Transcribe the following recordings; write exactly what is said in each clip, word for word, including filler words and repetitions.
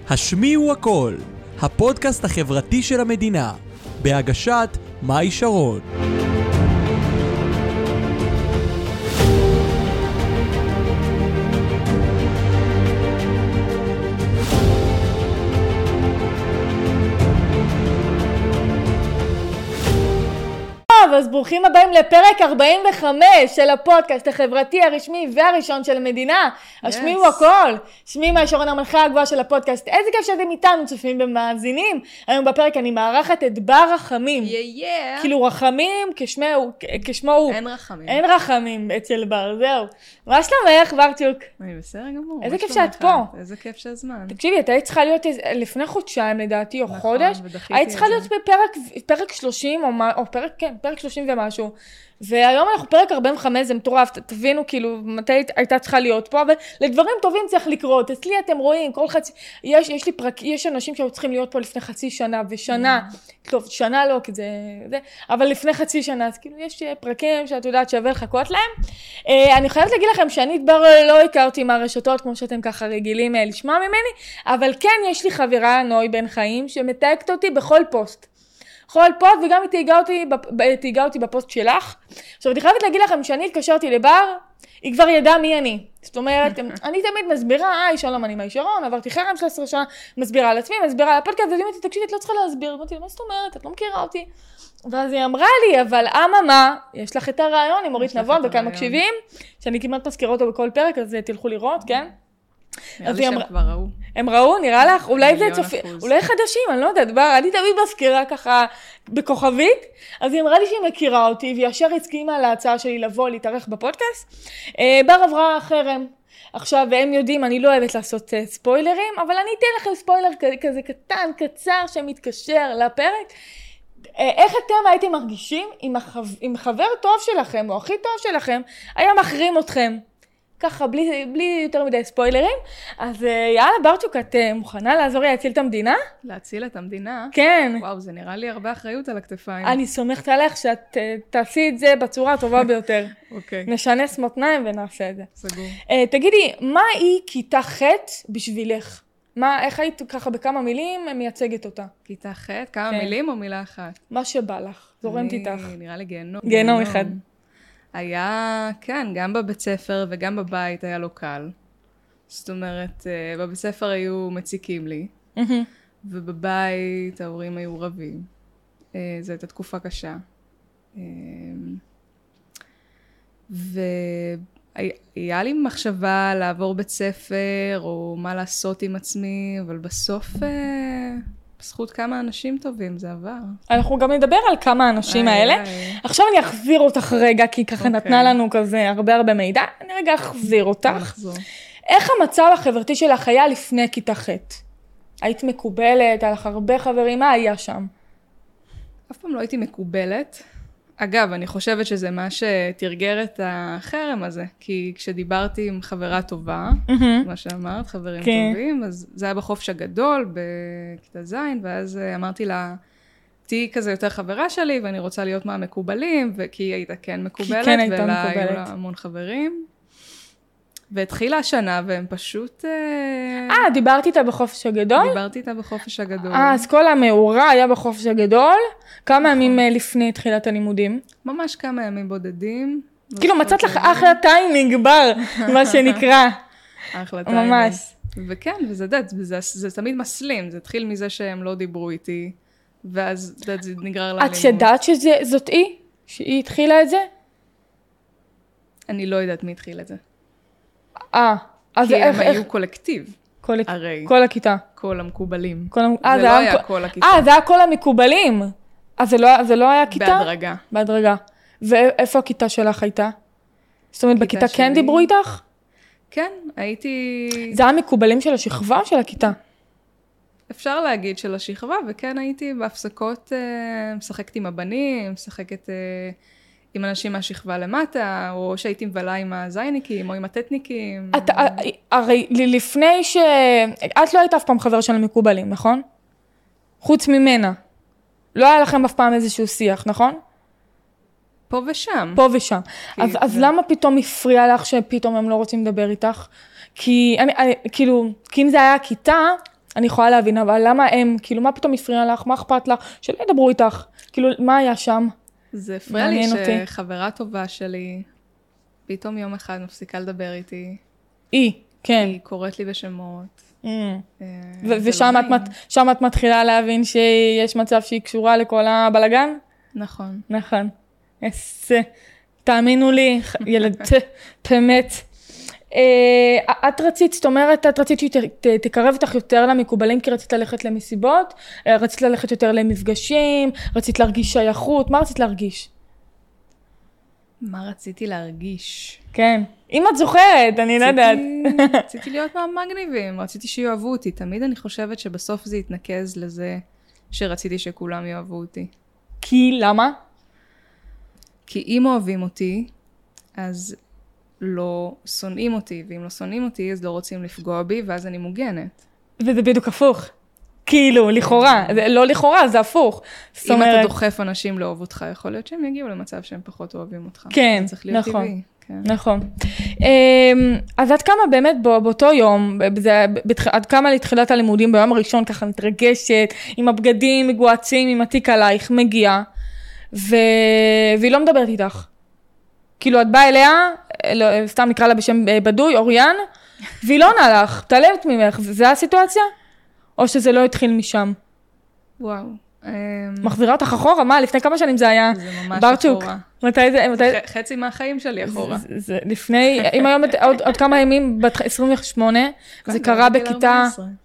השמיעו הכל, הפודקאסט החברתי של המדינה, בהגשת מאי שרון. אז ברוכים הבאים לפרק ארבעים וחמש של הפודקאסט החברתי הרשמי והראשון של המדינה. yes. השמיעו הכל. שמי מאי שרון, המנחה הגבוהה של הפודקאסט. איזה כיף שאתם איתנו, צופים ומאזינים. היום בפרק אני מארחת את בר רחמים. Yeah, yeah. כאילו רחמים כשמו, כשמו הוא. אין רחמים. אין רחמים אצל בר, זהו. מה שלומך, ברצ'וק? אני בסדר גמור. איזה כיף שאת פה. איזה כיף שהזמן. תקשיבי, את היית צריכה להיות לפני חודשיים לדעתי, או נכון, חודש. היית צריכה להיות זה. בפרק, פרק שלושים, או, או פרק, כן, פרק שלושים ומשהו. והיום אנחנו פרק ארבעים וחמש, זה מטורף, תבינו כאילו מתי הייתה צריכה להיות פה, אבל לדברים טובים צריך לקרות. אצלי אתם רואים, כל חצי, יש, יש לי פרק, יש אנשים שהיו צריכים להיות פה לפני חצי שנה, ושנה, טוב, שנה לא, כי זה, זה, אבל לפני חצי שנה, אז כאילו יש פרקים שאת יודעת שווה לחכות להם. אני חייבת להגיד לכם שאני דבר לא הכרתי מהרשתות, כמו שאתם ככה רגילים לשמוע ממני, אבל כן יש לי חברה, נוי בן חיים, שמתייגת אותי בכל פוסט. בכל פוסט, וגם היא תהיגה אותי, תהיגה אותי בפוסט שלך. עכשיו, אני חייבת להגיד לכם, שאני התקשרתי לבר, היא כבר ידעה מי אני. זאת אומרת, אני תמיד מסבירה, היי, שלום, אני מאי שרון, עברתי חרם שלוש עשרה שנה, מסבירה על עצמי, מסבירה על הפודקאסט, ואומרת לי, תקשיבי, את לא צריכה להסביר. אמרתי לה, מה זאת אומרת? את לא מכירה אותי. ואז היא אמרה לי, אבל אממה, יש לך את הרעיון עם אורית נבון, וכאן מקשיבים, שאני כמעט מזכירה אותו בכל פרק, אז תלכו לראות, כן? נראה לי שהם כבר ראו. הם ראו, נראה לך? אולי זה צופי, אולי חדשים, אני לא יודעת, בר, אני תמיד מזכירה ככה בכוכבית, אז היא אמרה לי שהיא מכירה אותי, והיא ישר הסכימה להצעה שלי לבוא, להתארח בפודקאסט. בר עברה חרם. עכשיו, והם יודעים, אני לא אוהבת לעשות ספוילרים, אבל אני אתן לכם ספוילר כזה קטן, קצר, שמתקשר לפרק. איך אתם הייתם מרגישים אם חבר טוב שלכם, או הכי טוב שלכם, היה מחרים אתכם? ככה, בלי, בלי יותר מדי ספוילרים. אז יאללה, ברצ'וק, את מוכנה לעזור לי להציל את המדינה? להציל את המדינה? כן. וואו, זה נראה לי הרבה אחריות על הכתפיים. אני סומכת עליך שאת תעשי את זה בצורה הטובה ביותר. אוקיי. נשנס מותניים ונעשה את זה. סגור. תגידי, מה היא כיתה ח' בשבילך? מה, איך היית ככה בכמה מילים מייצגת אותה? כיתה ח', כמה מילים או מילה אחת? מה שבא לך, זורמת איתך. נראה לי גיהנום. גיהנום אחד. היה, כן, גם בבית ספר וגם בבית היה לו קל. זאת אומרת, בבית ספר היו מציקים לי, ובבית ההורים היו רבים. זו הייתה תקופה קשה. והיה לי מחשבה לעבור בית ספר, או מה לעשות עם עצמי, אבל בסוף, בזכות כמה אנשים טובים, זה עבר. אנחנו גם נדבר על כמה האנשים האלה. עכשיו אני אחזיר אותך רגע, כי ככה נתנה לנו כזה הרבה הרבה מידע. אני רגע אחזיר אותך. איך המצב החברתי שלך היה לפני כיתה ח'? היית מקובלת, היה לך הרבה חברים, מה היה שם? אף פעם לא הייתי מקובלת. אגב, אני חושבת שזה מה שתרגר את החרם הזה, כי כשדיברתי עם חברה טובה, מה שאמרת, חברים טובים, אז זה היה בחופש הגדול, בכיתה ז', ואז אמרתי לה, תהי כזה יותר חברה שלי, ואני רוצה להיות מהמקובלים, וכי היא הייתה כן מקובלת, ולה היו לה המון חברים. והתחילה השנה, והם פשוט... אה, דיברתי איתה בחופש הגדול? דיברתי איתה בחופש הגדול. אה, אז כל המאורה היה בחופש הגדול. כמה ימים לפני תחילת הלימודים? ממש כמה ימים בודדים. כאילו, מצאת לך אחלה טיימינג, בר, מה שנקרא. אחלה טיימינג. ממש. וכן, וזה דעת, זה תמיד מסלים. זה התחיל מזה שהם לא דיברו איתי, ואז דעת, זה נגרר לאלימות. את שדעת שזאת היא? שהיא התחילה את זה? אני לא יודעת מי התחיל את זה. אה, כי הם היו קולקטיב, הרי. כל הכיתה. כל המקובלים. זה לא היה כל הכיתה. אה, זה היה כל המקובלים. אז זה לא היה כיתה? בהדרגה. בהדרגה. ואיפה הכיתה שלך הייתה? זאת אומרת, בכיתה כן דיברו איתך? כן, הייתי... זה היה מקובלים של השכבה או של הכיתה? אפשר להגיד של השכבה, וכן הייתי בהפסקות, משחקת עם הבנים, משחקת... עם אנשים מהשכבה למטה, או שהייתי מבלה עם הזייניקים, או עם הטטניקים. את, הרי לפני ש... את לא היית אף פעם חבר של המקובלים, נכון? חוץ ממנה. לא היה לכם אף פעם איזשהו שיח, נכון? פה ושם. פה ושם. אז, אז למה פתאום הפריע לך שפתאום הם לא רוצים לדבר איתך? כי, אני, אני, כאילו, כי אם זה היה כיתה... אני יכולה להבין, אבל למה הם, כאילו, מה פתאום הפריע לך? מה אכפת לך? שלא ידברו איתך. כאילו, מה היה שם? זה הפריע לי שחברה טובה שלי, פתאום יום אחד מפסיקה לדבר איתי. היא, כן. היא קוראת לי בשמות. ושם את מתחילה להבין שיש מצב שהיא קשורה לכל הבלגן? נכון. נכון. תאמינו לי, ילד, באמת. את רצית, זאת אומרת, את רצית שתקרב אותך יותר למקובלים, כי רצית ללכת למסיבות, רצית ללכת יותר למפגשים, רצית להרגיש שייכות, מה רצית להרגיש? מה רציתי להרגיש? כן. אם את זוכרת, אני לא יודעת. רציתי להיות מגניבים, רציתי שיאהבו אותי. תמיד אני חושבת שבסוף זה יתנקז לזה שרציתי שכולם יאהבו אותי. כי למה? כי אם אוהבים אותי, אז לא שונאים אותי, ואם לא שונאים אותי, אז לא רוצים לפגוע בי, ואז אני מוגנת. וזה בדיוק הפוך. כאילו, לכאורה. לא לכאורה, זה הפוך. אם אתה דוחף אנשים לאהוב אותך, יכול להיות שהם יגיעו למצב שהם פחות אוהבים אותך. כן, נכון. נכון. אז עד כמה באמת באותו יום, עד כמה לתחילת הלימודים, ביום הראשון ככה מתרגשת, עם הבגדים מגועצים, עם התיק עלייך, מגיעה, והיא לא מדברת איתך. כאילו, את באה אליה, סתם נקרא לה בשם בדוי, אוריאן, והיא לא עונה לך, תעלמת ממך. זה הסיטואציה? או שזה לא התחיל משם? וואו. מחזירה אותך אחורה? מה? לפני כמה שנים זה היה? זה ממש ברצ'וק. אחורה. מתי זה? חצי מהחיים שלי אחורה. זה לפני, אם היום עוד כמה ימים, בת עשרים ושמונה, זה קרה בכיתה...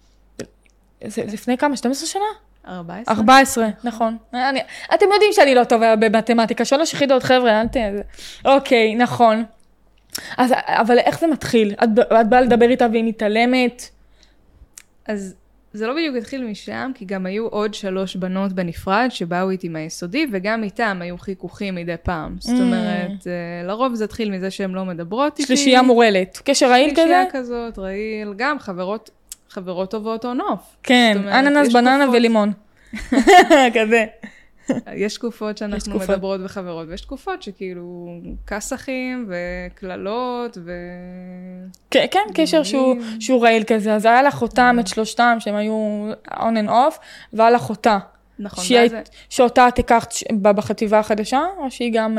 זה לפני כמה? שתים עשרה שנה? ארבע עשרה. ארבע עשרה, נכון. אתם יודעים שאני לא טובה במתמטיקה, שלוש יחידות, חבר'ה, אל ת... אוקיי, נכון. אבל איך זה מתחיל? את באה לדבר איתה והיא מתעלמת? אז... זה לא בדיוק התחיל משם, כי גם היו עוד שלוש בנות בנפרד שבאו איתי מהיסודי, וגם איתם היו חיכוכים מדי פעם. זאת אומרת, לרוב זה התחיל מזה שהן לא מדברות איתי. שלישייה מורלת. קשר רעיל כזה? שלישייה כזאת, רעיל, גם חברות, חברות טובות או נוף. כן, אננס, בננה ולימון. כזה. יש תקופות שאנחנו מדברות וחברות, ויש תקופות שכאילו כסחים וכללות ו... כן, כן, קשר שהוא רעיל כזה. אז היה לך אותם את שלושתם שהם היו on and off, והיה לך אותה. נכון. שאותה את הכרת בחטיבה החדשה, או שהיא גם...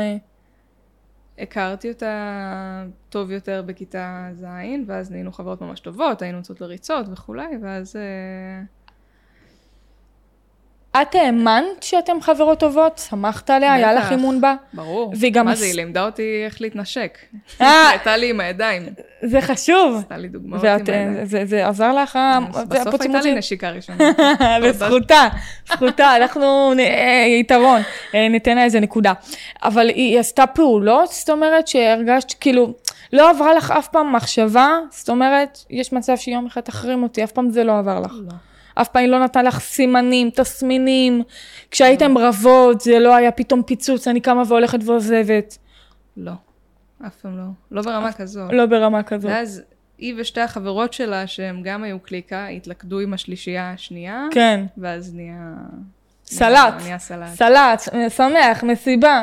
הכרתי אותה טוב יותר בכיתה זין, ואז נהיינו חברות ממש טובות, היינו יוצאות לריצות וכולי, ואז... את האמנת שאתם חברות טובות? שמחת עליה? היה לך אימון בה? ברור. מה זה? היא לימדה אותי איך להתנשק. הייתה לי עם הידיים. זה חשוב. עשתה לי דוגמאות עם הידיים. זה עזר לך? בסוף הייתה לי נשיקה ראשונה. וזכותה. זכותה. אנחנו יתרון. ניתן לה איזה נקודה. אבל היא עשתה פעולות? זאת אומרת שהרגשת כאילו... לא עברה לך אף פעם מחשבה? זאת אומרת, יש מצב שיום אחד תחרים אותי. אף פעם זה לא עבר לך. לא. אף פעם לא נתן לך סימנים, תסמינים, כשהייתם רבות, זה לא היה פתאום פיצוץ, אני קמה והולכת ועוזבת. לא, אף פעם לא. לא ברמה כזאת. לא ברמה כזאת. ואז היא ושתי החברות שלה, שהם גם היו קליקה, התלכדו עם השלישייה השנייה. כן. ואז נהיה... סלט. נהיה סלט. סלט, שמח, מסיבה.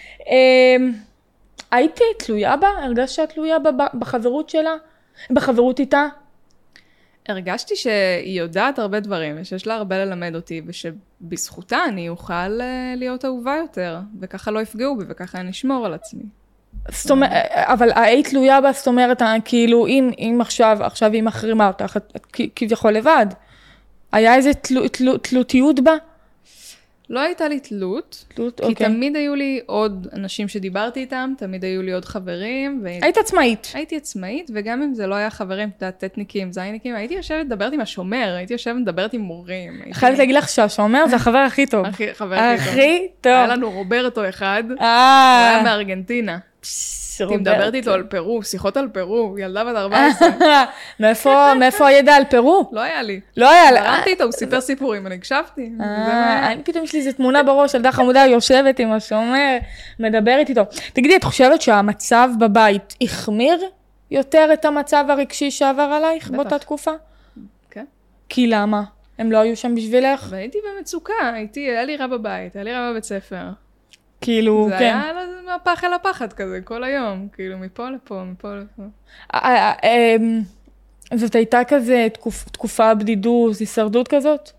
הייתי תלויה בה? הרגשת שאת תלויה בחברות שלה? בחברות איתה? הרגשתי שהיא יודעת הרבה דברים, ושיש לה הרבה ללמד אותי, ושבזכותה אני אוכל להיות אהובה יותר, וככה לא יפגעו בי, וככה אני אשמור על עצמי. זאת אומרת, אבל היית תלויה בה, זאת אומרת, כאילו, אם, אם עכשיו, עכשיו היא מחרימה אותך, את כביכול לבד, היה איזה תלו, תלו, תלותיות בה? לא הייתה לי תלות, תלות, כי אוקיי. תמיד היו לי עוד אנשים שדיברתי איתם, תמיד היו לי עוד חברים. ו... היית עצמאית. הייתי עצמאית, וגם אם זה לא היה חברים, טטניקים, זייניקים, הייתי יושבת לדברת עם השומר, הייתי יושבת לדברת עם מורים. הייתי... חייבת להגיד לך שהשומר זה החבר הכי טוב. הכי, חבר הכי טוב. הכי טוב. היה לנו רוברטו אחד, הוא היה מארגנטינה. הייתי מדברת איתו על פרו, שיחות על פרו, ילדה בת ארבע עשרה. מאיפה הידע על פרו? לא היה לי. לא היה לי. הרמתי איתו, הוא סיפר סיפורים, אני הקשבתי. פתאום יש לי איזו תמונה בראש, ילדה חמודה יושבת עם השומר, מדברת איתו. תגידי, את חושבת שהמצב בבית החמיר יותר את המצב הרגשי שעבר עלייך באותה תקופה? כן. כי למה? הם לא היו שם בשבילך? והייתי במצוקה, הייתי, היה לי רע בבית, היה לי רע בבית ספר. כאילו, זה כן. היה מהפח אל הפחד כזה, כל היום, כאילו, מפה לפה, מפה לפה. זאת הייתה כזה תקופ, תקופה בדידות, הישרדות כזאת?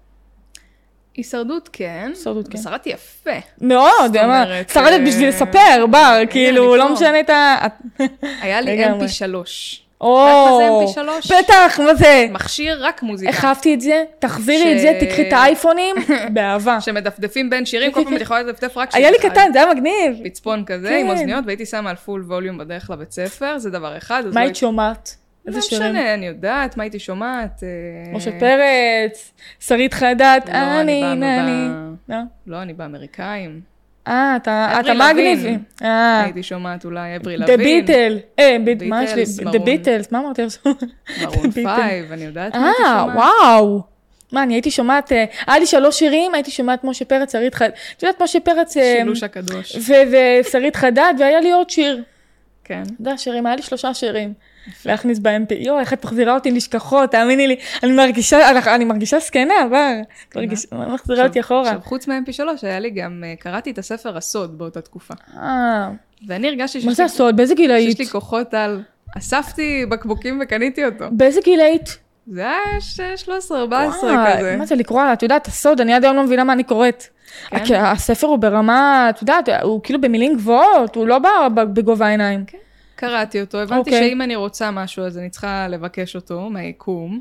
הישרדות כן. הישרדות כן. ושרדתי יפה. מאוד, שרדת בשביל לספר, בר, כאילו, לא משנה את ה... היה לי אם פי שלוש. או, אם פי שלוש? בטח, מה זה? מכשיר רק מוזיקה. החפתי את זה, תחזירי את זה, תקחי את האייפונים, באהבה. שמדפדפים בין שירים, כל פעם את יכולה לדפדף רק שיר. היה לי קטן, זה היה מגניב. פצפון כזה, עם אוזניות, והייתי שמה על פול ווליום בדרך לבית ספר, זה דבר אחד. מה היית שומעת? לא משנה, אני יודעת מה הייתי שומעת. משה פרץ, שרית חדד, אני, אני. לא, אני באמריקאים. אה, אתה מגניבי. הייתי שומעת אולי אברי לוין. דה ביטל. אה, מה יש לי? דה ביטלס, מה אמרתי עכשיו? מרון פייב, אני יודעת מה הייתי שומעת. אה, וואו. מה, אני הייתי שומעת, היה לי שלוש שירים, הייתי שומעת משה פרץ, שרית חדד. את יודעת, משה פרץ... שילוש הקדוש. ושרית חדד, והיה לי עוד שיר. כן. אתה יודע, שירים, היה לי שלושה שירים. להכניס בהם פי, יו, איך את מחזירה אותי לשכחות, תאמיני לי, אני מרגישה, אני מרגישה סקנה, אבל, מחזירה אותי אחורה. עכשיו, חוץ מה-אם פי שלוש, היה לי גם, קראתי את הספר הסוד באותה תקופה. אה. ואני הרגשתי מה זה הסוד? באיזה גיל היית? שיש לי כוחות על, אספתי בקבוקים וקניתי אותו. באיזה גיל היית? זה היה שלוש עשרה ארבע עשרה כזה. מה זה לקרוא, את יודעת, הסוד, אני עד היום לא מבינה מה אני קוראת. הספר הוא ברמה, את יודעת, הוא כאילו במילים גבוהות, הוא לא בגובה העיניים. קראתי אותו, הבנתי okay. שאם אני רוצה משהו, אז אני צריכה לבקש אותו מהיקום.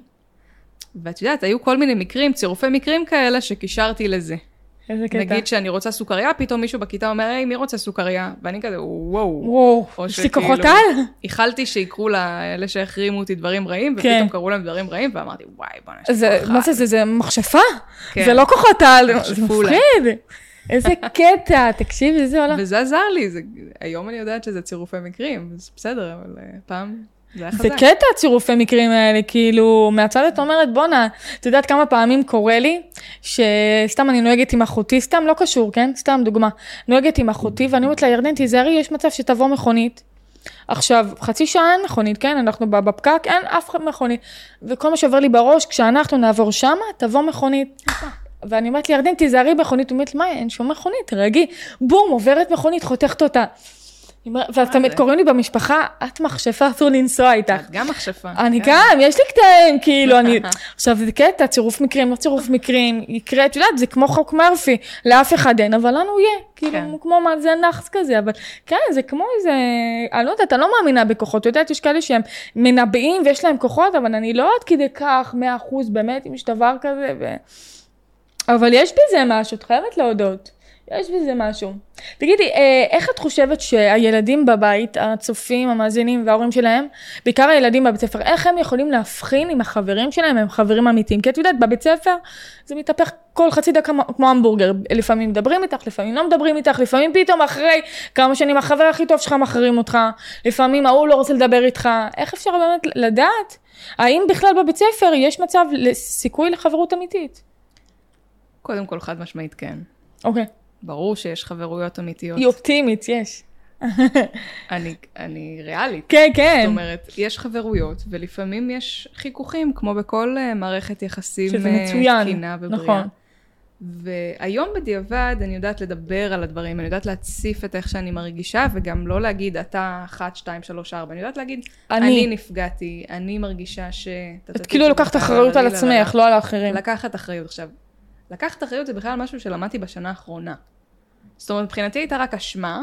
ואת יודעת, היו כל מיני מקרים, צירופי מקרים כאלה שקישרתי לזה. איזה קטע. נגיד שאני רוצה סוכריה, פתאום מישהו בכיתה אומר, היי, מי רוצה סוכריה? ואני כזה, וואו. וואו, יש לי כוחות על? איחלתי שיקרו לאלה שהחרימו אותי דברים רעים, ופתאום קראו להם דברים רעים, ואמרתי, וואי, בוא נשאר כוחה. מה זה, זה מכשפה? זה לא כוחות על, זה מפחיד. איזה קטע, תקשיב, איזה עולה. וזה עזר לי, זה, היום אני יודעת שזה צירופי מקרים, זה בסדר, אבל uh, פעם זה היה חזק. זה קטע צירופי מקרים האלה, כאילו, מהצד את אומרת, בונה, את יודעת כמה פעמים קורה לי, שסתם אני נוהגת עם אחותי, סתם לא קשור, כן? סתם דוגמה. נוהגת עם אחותי, ואני אומרת לה, ירדן, תיזהרי, יש מצב שתבוא מכונית. עכשיו, חצי שעה אין מכונית, כן? אנחנו בפקק, אין אף אחד מכונית. וכל מה שעובר לי בראש, כשאנחנו נעבור שמה, תבוא מכונית. ואני אומרת לי, ירדן, תיזהרי מכונית, אומרת, מה, אין שום מכונית, תרגי, בום, עוברת מכונית, חותכת אותה. ואז תמיד קוראים לי במשפחה, את מכשפה, אסור לנסוע איתך. את גם מכשפה. אני גם, יש לי קטעים, כאילו, אני... עכשיו, זה קטע, צירוף מקרים, לא צירוף מקרים, יקרה, את יודעת, זה כמו חוק מרפי, לאף אחד אין, אבל לנו יהיה, כאילו, כמו מה, זה נחס כזה, אבל כן, זה כמו איזה, אני לא יודעת, אני לא מאמינה בכוחות, את יודעת, יש כאלה שהם מנבאים ויש להם כוחות, אבל אני לא עד כדי כך, מאה אחוז, באמת, אם יש דבר כזה, ו... אבל יש בזה משהו, את חייבת להודות. יש בזה משהו. תגידי, איך את חושבת שהילדים בבית, הצופים, המאזינים וההורים שלהם, בעיקר הילדים בבית ספר, איך הם יכולים להבחין עם החברים שלהם, הם חברים אמיתיים? כי את יודעת, בבית ספר זה מתהפך כל חצי דקה כמו המבורגר. לפעמים מדברים איתך, לפעמים לא מדברים איתך, לפעמים פתאום אחרי כמה שנים החבר הכי טוב שלך מחרים אותך, לפעמים ההוא לא רוצה לדבר איתך. איך אפשר באמת לדעת? האם בכלל בבית ספר יש מצב לסיכוי לחברות אמיתית? קודם כל חד משמעית כן. אוקיי. ברור שיש חברויות אמיתיות. היא אופטימית, יש. אני, אני ריאלית. כן, כן. זאת אומרת, יש חברויות, ולפעמים יש חיכוכים, כמו בכל uh, מערכת יחסים תקינה ובריאה. נכון. והיום בדיעבד אני יודעת לדבר על הדברים, אני יודעת להציף את איך שאני מרגישה, וגם לא להגיד, אתה אחת, שתיים, שלוש, ארבע. אני יודעת להגיד, אני, אני נפגעתי, אני מרגישה ש... את כאילו לוקחת אחריות על עצמך, לא על האחרים. לקחת אחריות. עכשיו, לקחת אחריות זה בכלל משהו שלמדתי בשנה האחרונה. זאת אומרת, מבחינתי הייתה רק אשמה,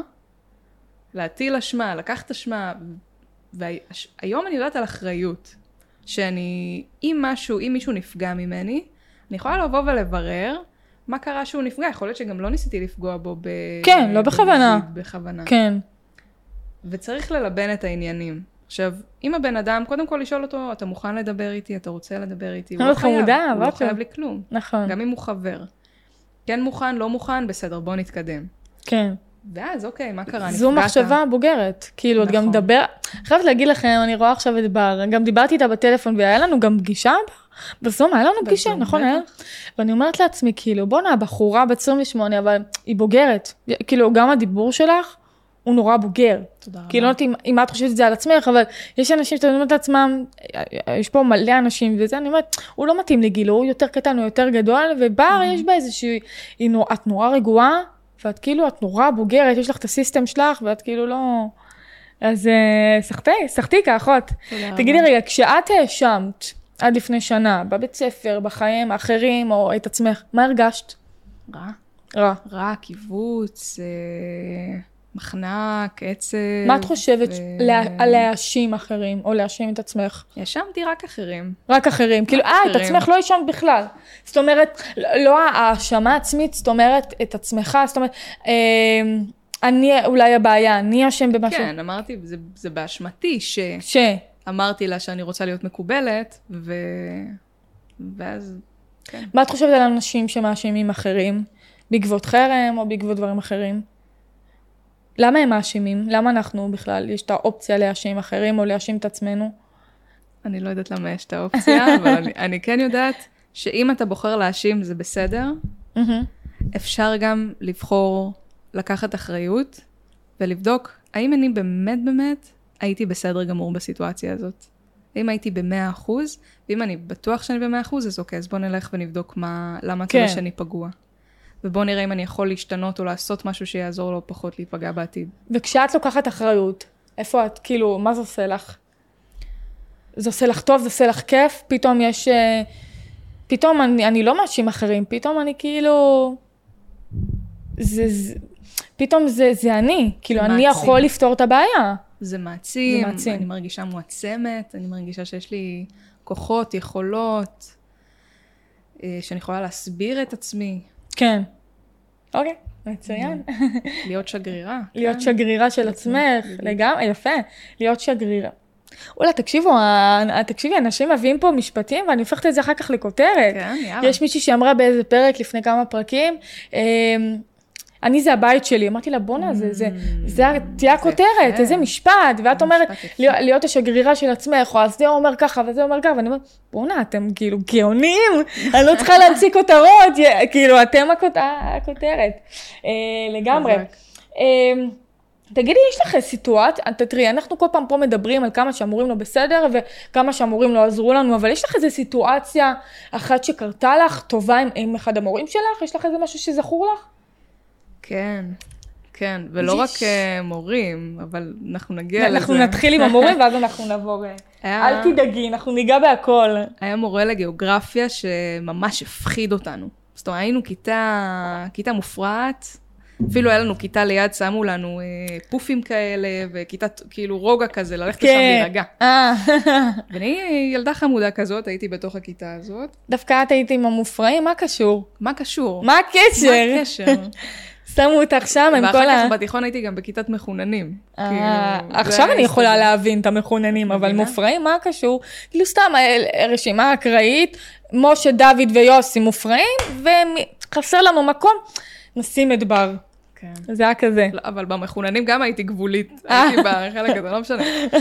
להטיל אשמה, לקחת אשמה, והיום אני יודעת על אחריות, שאני, אם משהו, אם מישהו נפגע ממני, אני יכולה לבוא ולברר מה קרה שהוא נפגע, יכול להיות שגם לא ניסיתי לפגוע בו ב... כן, לא בכוונה. בכוונה. כן. וצריך ללבן את העניינים. עכשיו, אם הבן אדם, קודם כל לשאול אותו, אתה מוכן לדבר איתי, אתה רוצה לדבר איתי, הוא לא חייב, הוא לא חייב לי כלום. נכון. גם אם הוא חבר. כן מוכן, לא מוכן, בסדר, בוא נתקדם. כן. ואז, אוקיי, מה קרה? זו מחשבה בוגרת. כאילו, את גם מדבר, חייבת להגיד לכם, אני רואה עכשיו את בר, גם דיברתי איתה בטלפון, והיה לנו גם פגישה, בזום, היה לנו פגישה, נכון, היה? ואני אומרת לעצמי, כאילו, בוא נה, בחורה בת עשרים ושמונה, אבל היא בוגרת. כאילו, גם הדיבור שלך, הוא נורא בוגר. תודה רבה. כי לא יודעת אם את חושבת את זה על עצמך, אבל יש אנשים שאתה אומרת לעצמם, יש פה מלא אנשים וזה, אני אומרת, הוא לא מתאים לגילו, הוא יותר קטן, הוא יותר גדול, ובר יש בה איזושהי, את נורא רגועה, ואת כאילו, את נורא בוגרת, יש לך את הסיסטם שלך, ואת כאילו לא... אז שחתי, שחתי כאחות. תגידי רגע, כשאת האשמת עד לפני שנה, בבית ספר, בחיים האחרים, או את עצמך, מה הרגשת? רע. רע. רע, קיבוץ, מחנק, עצב. מה את חושבת על להאשים אחרים, או להאשים את עצמך? האשמתי רק אחרים. רק אחרים. כאילו, אה, את עצמך לא האשמת בכלל. זאת אומרת, לא האשמה עצמית, זאת אומרת, את עצמך, זאת אומרת, אני אולי הבעיה, אני אשם במשהו. כן, אמרתי, זה, זה באשמתי ש... ש... אמרתי לה שאני רוצה להיות מקובלת, ו... ואז... כן. מה את חושבת על אנשים שמאשימים אחרים? בעקבות חרם או בעקבות דברים אחרים? למה הם מאשימים? למה אנחנו בכלל, יש את האופציה להאשים אחרים או להאשים את עצמנו? אני לא יודעת למה יש את האופציה, אבל אני, אני כן יודעת שאם אתה בוחר להאשים זה בסדר, אפשר גם לבחור לקחת אחריות ולבדוק האם אני באמת באמת הייתי בסדר גמור בסיטואציה הזאת. אם הייתי במאה אחוז, ואם אני בטוח שאני במאה אחוז, אז אוקיי, אז בוא נלך ונבדוק מה, למה הצבא כן. שאני פגוע. ובוא נראה אם אני יכול להשתנות או לעשות משהו שיעזור לו פחות להיפגע בעתיד. וכשאת לוקחת אחריות, איפה את, כאילו, מה זה עושה לך? זה עושה לך טוב, זה עושה לך כיף, פתאום יש, פתאום אני, אני לא מאשים אחרים, פתאום אני כאילו, זה, זה, פתאום זה, זה אני, כאילו, אני מעצים. יכול לפתור את הבעיה. זה מעצים, זה מעצים, אני מרגישה מועצמת, אני מרגישה שיש לי כוחות, יכולות, שאני יכולה להסביר את עצמי. כן. אוקיי, מצוין. להיות שגרירה. להיות שגרירה של עצמך, לגמרי, יפה. להיות שגרירה. אולי, תקשיבו, תקשיבי, אנשים מביאים פה משפטים, ואני הופכת את זה אחר כך לכותרת. כן, יאללה. יש מישהי שאמרה באיזה פרק לפני כמה פרקים, אני זה הבית שלי. אמרתי לה, בונה, זה, זה, זה תהיה הכותרת, איזה משפט. ואת אומרת, להיות השגרירה של עצמך, או אז זה אומר ככה, וזה אומר ככה, ואני אומרת, בונה, אתם כאילו גאונים, אני לא צריכה להציג כותרות, כאילו, אתם הכותרת. לגמרי. תגידי, יש לך סיטואציה, תראי, אנחנו כל פעם פה מדברים על כמה שאמורים לא בסדר, וכמה שאמורים לא עזרו לנו, אבל יש לך איזו סיטואציה אחת שקרתה לך, טובה עם, עם אחד המורים שלך? יש לך איזה משהו שזכור לך? כן, כן, ולא רק מורים, אבל אנחנו נגיע לזה. אנחנו נתחיל עם המורים, ואז אנחנו נעבור. אל תדאגי, אנחנו ניגע בהכל. היה מורה לגיאוגרפיה שממש הפחיד אותנו. זאת אומרת, היינו כיתה, כיתה מופרעת, אפילו היה לנו כיתה ליד, שמו לנו אה, פופים כאלה, וכיתה כאילו רוגע כזה, ללכת לשם להירגע. ואני ילדה חמודה כזאת, הייתי בתוך הכיתה הזאת. דווקא את הייתי עם המופרעים, מה קשור? מה קשור? מה הקשר? מה הקשר? שמו אותך שם עם כל ה... ואחר כך בתיכון הייתי גם בכיתת מחוננים. עכשיו אני יכולה להבין את המחוננים, אבל מופרעים, מה הקשור? כאילו סתם רשימה אקראית, משה, דוד ויוסי מופרעים, וחסר לנו מקום, נשים את בר. כן. זה היה כזה. לא, אבל במחוננים גם הייתי גבולית, הייתי בחלק הזה, לא משנה.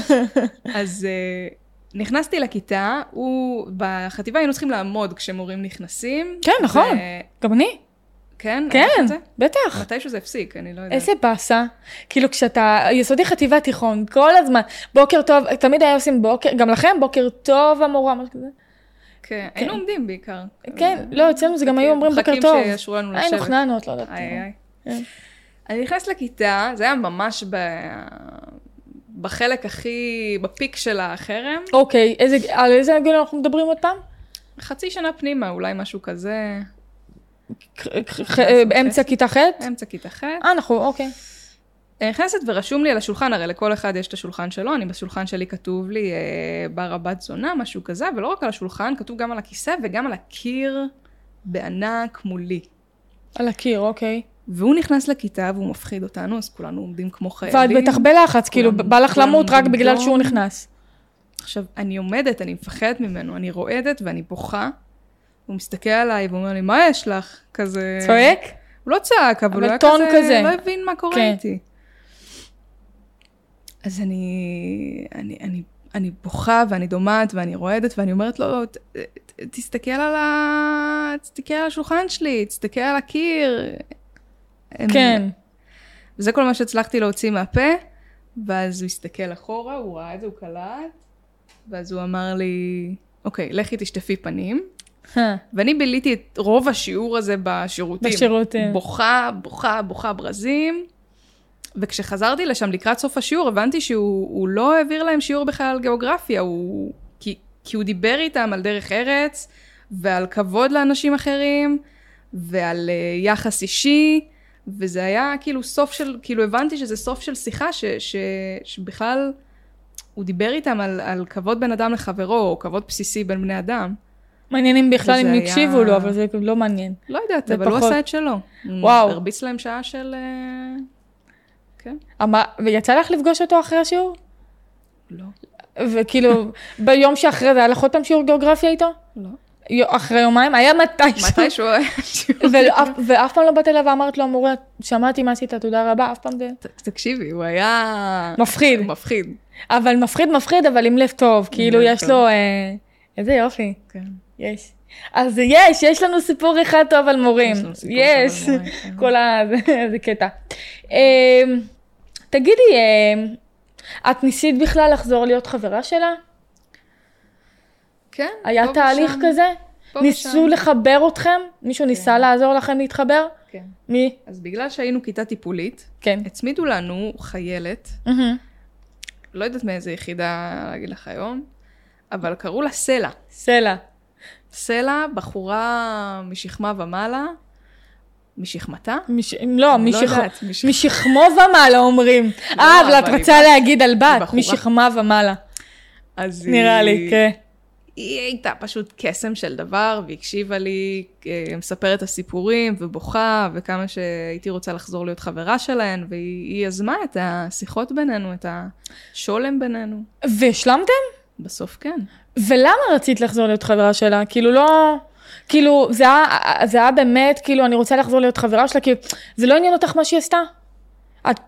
אז uh, נכנסתי לכיתה, הוא, בחטיבה היינו צריכים לעמוד כשמורים נכנסים. כן, נכון, ו... גם אני. כן? כן, בטח. מתי שזה הפסיק, אני לא יודעת. איזה באסה. כאילו כשאתה, יסודי חטיבה תיכון, כל הזמן, בוקר טוב, תמיד היה עושים בוקר, גם לכם בוקר טוב המורה, משהו כזה. כן, היינו עומדים בעיקר. כן, לא, אצלנו זה גם היו אומרים בוקר טוב. חכים שישרו לנו לשבת. היינו חננות, לא יודעת. איי, איי. אני נכנסת לכיתה, זה היה ממש בחלק הכי, בפיק של החרם. אוקיי, על איזה גיל אנחנו מדברים עוד פעם? חצי שנה פנימה, אולי משהו כזה. אמצע כיתה ח'? אמצע כיתה ח'. אה, נכון, אוקיי. נכנסת ורשום לי על השולחן, הרי לכל אחד יש את השולחן שלו, אני בשולחן שלי כתוב לי בר הבת זונה, משהו כזה, ולא רק על השולחן, כתוב גם על הכיסא וגם על הקיר בענק מולי. על הקיר, אוקיי. והוא נכנס לכיתה והוא מפחיד אותנו, אז כולנו עומדים כמו חיילים. ואת בטח בלחץ, כאילו בא לך למות רק בגלל שהוא נכנס. עכשיו, אני עומדת, אני מפחדת ממנו, אני רועדת ואני בוכה, הוא מסתכל עליי ואומר לי, מה יש לך? כזה... צועק? הוא לא צעק, אבל הוא היה כזה, לא הבין מה קורה איתי. אז אני, אני, אני, אני בוכה ואני דומעת ואני רועדת ואני אומרת לו, תסתכל על ה... תסתכל על השולחן שלי, תסתכל על הקיר. כן. וזה כל מה שהצלחתי להוציא מהפה, ואז הוא הסתכל אחורה, הוא ראה את זה, הוא קלט, ואז הוא אמר לי, אוקיי, לכי תשטפי פנים. ואני ביליתי את רוב השיעור הזה בשירותים. בשירותים. בוכה, בוכה, בוכה ברזים. וכשחזרתי לשם לקראת סוף השיעור, הבנתי שהוא לא העביר להם שיעור בכלל על גיאוגרפיה, הוא, כי, כי הוא דיבר איתם על דרך ארץ, ועל כבוד לאנשים אחרים, ועל uh, יחס אישי, וזה היה כאילו סוף של, כאילו הבנתי שזה סוף של שיחה, ש, ש, שבכלל הוא דיבר איתם על, על כבוד בין אדם לחברו, או כבוד בסיסי בין בני אדם. מעניינים בכלל אם היה... הקשיבו לו, אבל זה לא מעניין. לא יודעת, אבל פחות... הוא עשה את שלו. וואו. הרביץ להם שעה של... כן. אבל, ויצא לך לפגוש אותו אחרי השיעור? לא. וכאילו, ביום שאחרי זה היה לך עוד פעם שיעור גיאוגרפיה איתו? לא. אחרי יומיים, היה מתישהו. מתישהו היה שיעור. ואף פעם לא באת אליו ואמרת לו, המורה, שמעתי מה עשית, תודה רבה, אף פעם זה... תקשיבי, הוא היה... מפחיד. מפחיד. אבל מפחיד, מפחיד, אבל עם לב טוב. כאילו, יש לו... איזה יופי. כן. יש. אז יש, יש לנו סיפור אחד טוב על מורים. יש. כל ה... זה קטע. תגידי, את ניסית בכלל לחזור להיות חברה שלה? כן. היה תהליך כזה? ניסו לחבר אתכם? מישהו ניסה לעזור לכם להתחבר? כן. מי? אז בגלל שהיינו כיתה טיפולית, כן. הצמידו לנו חיילת, לא יודעת מאיזה יחידה להגיד לך היום, אבל קראו לה סלע. סלע. סלע, בחורה משכמה ומעלה, משכמתה? מש... לא, משכ... לא יודעת, משכ... משכמו ומעלה אומרים. לא, אה, אבל את אבל רוצה היא... להגיד על בת, בחורה... משכמה ומעלה. אז נראה היא... לי, כן. היא הייתה פשוט קסם של דבר, והקשיבה לי, מספרת הסיפורים ובוכה, וכמה שהייתי רוצה לחזור להיות חברה שלהן, והיא יזמה את השיחות בינינו, את השולם בינינו. והשלמתם? בסוף כן. ולמה רצית לחזור להיות חברה שלה? כאילו לא... כאילו, זה היה, זה היה באמת, כאילו, אני רוצה לחזור להיות חברה שלה, כאילו, זה לא עניין אותך מה שהיא עשתה? את...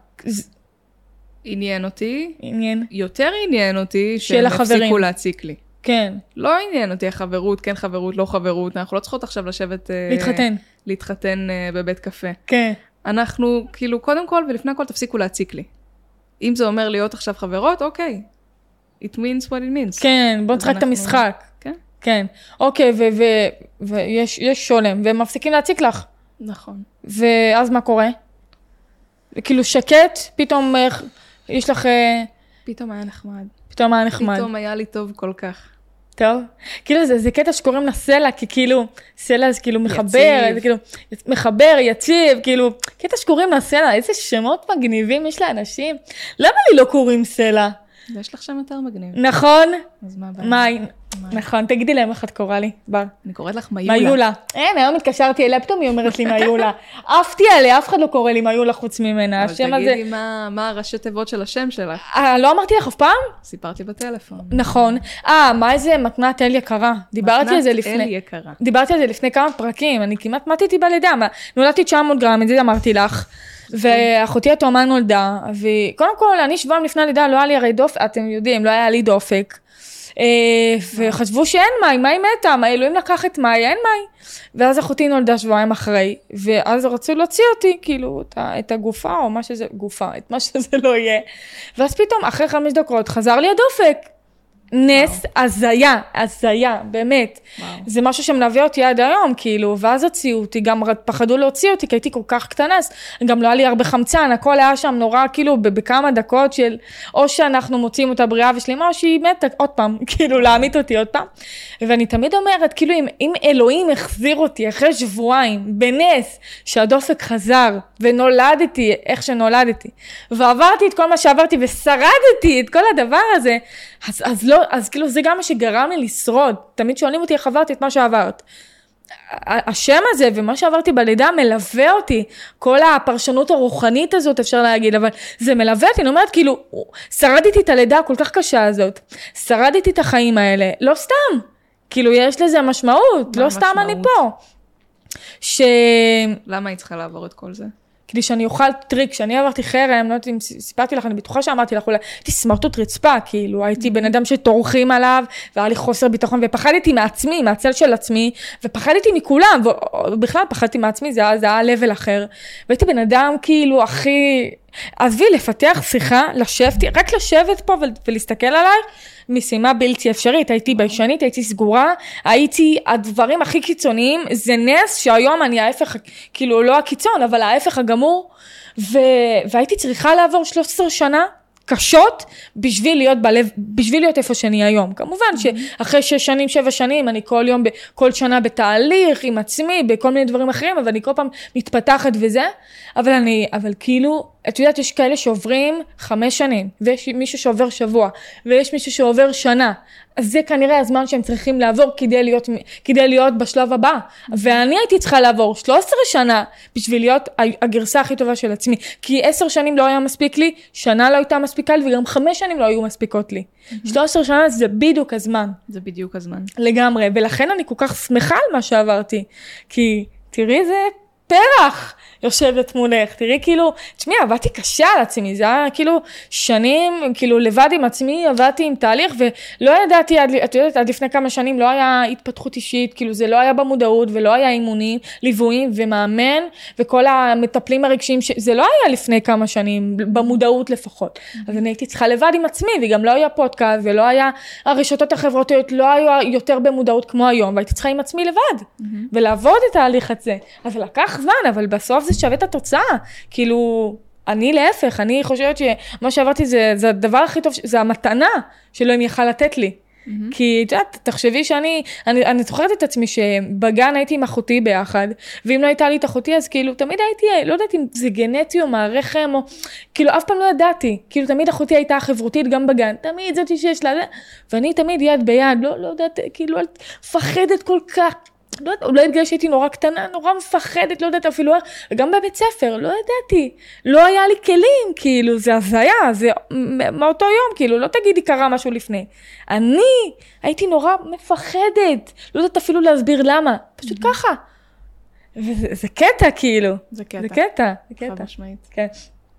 עניין אותי. עניין. יותר עניין אותי, שהם הפסיקו להציק לי. כן. לא עניין אותי החברות, כן חברות, לא חברות, אנחנו לא צריכות עכשיו לשבת... להתחתן. להתחתן בבית קפה. כן. אנחנו, כאילו, קודם כל ולפני הכל תפסיקו להציק לי. אם זה אומר להיות עכשיו חברות, אוקיי. It means what it means. כן, בוא נשחק את המשחק. כן. כן. אוקיי, ויש שולם, והם מפסיקים להציק לך. נכון. ואז מה קורה? כאילו שקט, פתאום יש לך... פתאום היה נחמד. פתאום היה נחמד. פתאום היה לי טוב כל כך. טוב. כאילו זה, זה קטע שקוראים לה סלע, כי כאילו, סלע זה כאילו מחבר, זה כאילו, מחבר, יציב, כאילו, קטע שקוראים לה סלע, איזה שמות מגניבים יש לאנשים. למה לי לא קוראים סלע? יש לך שם יותר מגניב. נכון? אז מה הבא? מה? נכון, תגידי להם איך את קוראה לי, בר. אני קוראת לך מיולה. מיולה. אין, היום התקשרתי אליה, פתאום היא אומרת לי מיולה. עפתי עליה, אף אחד לא קורא לי מיולה חוץ ממנה. אבל תגידי מה הראשי תיבות של השם שלך. לא אמרתי לך אף פעם? סיפרתי בטלפון. נכון. אה, מה איזה מתנת אל יקרה. דיברתי על זה לפני. מתנת אל יקרה. דיברתי על זה לפני כמה פרקים, אני כמעט מתתי בלידה. נולדתי תשע מאות גרם, את זה אמרתי לך. ואחותי התאומה נולדה, וקודם כל, אני שבועיים לפני הלידה, לא היה לי הרי דופק, אתם יודעים, לא היה לי דופק. וחשבו שאין מים, מים מתה, אלוהים לקח את מי, אין מי. ואז אחותי נולדה שבועיים אחרי, ואז רצו להוציא אותי, כאילו, את הגופה, או מה שזה, גופה, את מה שזה לא יהיה. ואז פתאום, אחרי חמש דקות, חזר לי הדופק. נס, הזיה, הזיה, באמת. וואו. זה משהו שמלווה אותי עד היום, כאילו, ואז הוציאו אותי, גם פחדו להוציא אותי, כי הייתי כל כך קטנה, גם לא היה לי הרבה חמצן, הכל היה שם נורא, כאילו, בכמה דקות של, או שאנחנו מוצאים אותה בריאה ושלימה, או שהיא מתה, עוד פעם, כאילו, להעמיד אותי עוד פעם. ואני תמיד אומרת, כאילו, אם, אם אלוהים החזיר אותי אחרי שבועיים, בנס, שהדופק חזר, ונולדתי, איך שנולדתי, ועברתי את כל מה שעברתי, ושרדתי את כל הדבר הזה, אז, אז לא, אז כאילו זה גם מה שגרם לי לשרוד. תמיד שואלים אותי איך עברתי את מה שעברת. השם הזה ומה שעברתי בלידה מלווה אותי. כל הפרשנות הרוחנית הזאת אפשר להגיד, אבל זה מלווה אותי. אני אומרת כאילו, שרדתי את הלידה כל כך קשה הזאת. שרדתי את החיים האלה. לא סתם. כאילו יש לזה משמעות. לא סתם אני פה. ש... למה היא צריכה לעבור את כל זה? כדי שאני אוכל טריק, כשאני עברתי חרם, לא יודעת אם סיפרתי לך, אני בטוחה שאמרתי לך, אולי הייתי סמרטוט רצפה, כאילו, הייתי בן אדם שתורכים עליו, והיה לי חוסר ביטחון, ופחדתי מעצמי, מהצל של עצמי, ופחדתי מכולם, ובכלל פחדתי מעצמי, זה היה, זה היה לבל אחר, והייתי בן אדם כאילו הכי, עזבי, לפתח שיחה, לשבת, רק לשבת פה ולהסתכל עליי, משימה בלתי אפשרית, הייתי ביישנית, הייתי סגורה, הייתי הדברים הכי קיצוניים, זה נס שהיום אני ההפך, כאילו לא הקיצון, אבל ההפך הגמור, ו... והייתי צריכה לעבור שלוש עשרה שנה, קשות בשביל להיות בלב, בשביל להיות איפה שאני היום. כמובן שאחרי שש שנים, שבע שנים, אני כל יום, כל שנה בתהליך עם עצמי, בכל מיני דברים אחרים, אבל אני כל פעם מתפתחת וזה, אבל אני, אבל כאילו, את יודעת, יש כאלה שעוברים חמש שנים, ויש מישהו שעובר שבוע, ויש מישהו שעובר שנה, אז זה כנראה הזמן שהם צריכים לעבור כדי להיות, כדי להיות בשלב הבא. ואני הייתי צריכה לעבור שלוש עשרה שנה בשביל להיות הגרסה הכי טובה של עצמי. כי עשר שנים לא היה מספיק לי, שנה לא הייתה מספיקה לי, וגם חמש שנים לא היו מספיקות לי. שלוש עשרה שנה זה בדיוק הזמן. זה בדיוק הזמן. לגמרי. ולכן אני כל כך שמחה על מה שעברתי. כי תראי זה פרח. יושבת מולך, תראי כאילו, תשמעי, עבדתי קשה על עצמי, זה היה כאילו שנים, כאילו לבד עם עצמי, עבדתי עם תהליך, ולא ידעתי, עד, את יודעת, עד לפני כמה שנים לא היה התפתחות אישית, כאילו זה לא היה במודעות, ולא היה אימונים, ליוויים ומאמן, וכל המטפלים הרגשיים, זה לא היה לפני כמה שנים, במודעות לפחות. אז אני הייתי צריכה לבד עם עצמי, וגם לא היה פודקאסט, ולא היה, הרשתות החברתיות לא היו יותר במודעות כמו היום, והייתי צריכה עם עצמי לבד, ולעבוד את ההליך הזה. אז זה לקח זמן, אבל בסוף זה שווה את התוצאה, כאילו, אני להפך, אני חושבת שמה שעברתי זה, זה הדבר הכי טוב, זה המתנה שלא הם יכל לתת לי. Mm-hmm. כי, את יודעת, תחשבי שאני, אני, אני זוכרת את עצמי שבגן הייתי עם אחותי ביחד, ואם לא הייתה לי את אחותי, אז כאילו, תמיד הייתי, לא יודעת אם זה גנטי או מהרחם, או, כאילו, אף פעם לא ידעתי, כאילו, תמיד אחותי הייתה חברותית גם בגן, תמיד זאתי שיש לה, ואני תמיד יד ביד, לא, לא יודעת, כאילו, פחדת כל כך, לא יודעת, אולי בגלל שהייתי נורא קטנה, נורא מפחדת, לא יודעת אפילו, וגם בבית ספר, לא ידעתי, לא היה לי כלים, כאילו, זה הזיה, זה מאותו יום, כאילו, לא תגידי קרה משהו לפני. אני הייתי נורא מפחדת, לא יודעת אפילו להסביר למה, פשוט ככה. וזה זה קטע, כאילו. זה קטע. זה קטע, זה קטע. חד משמעית. כן.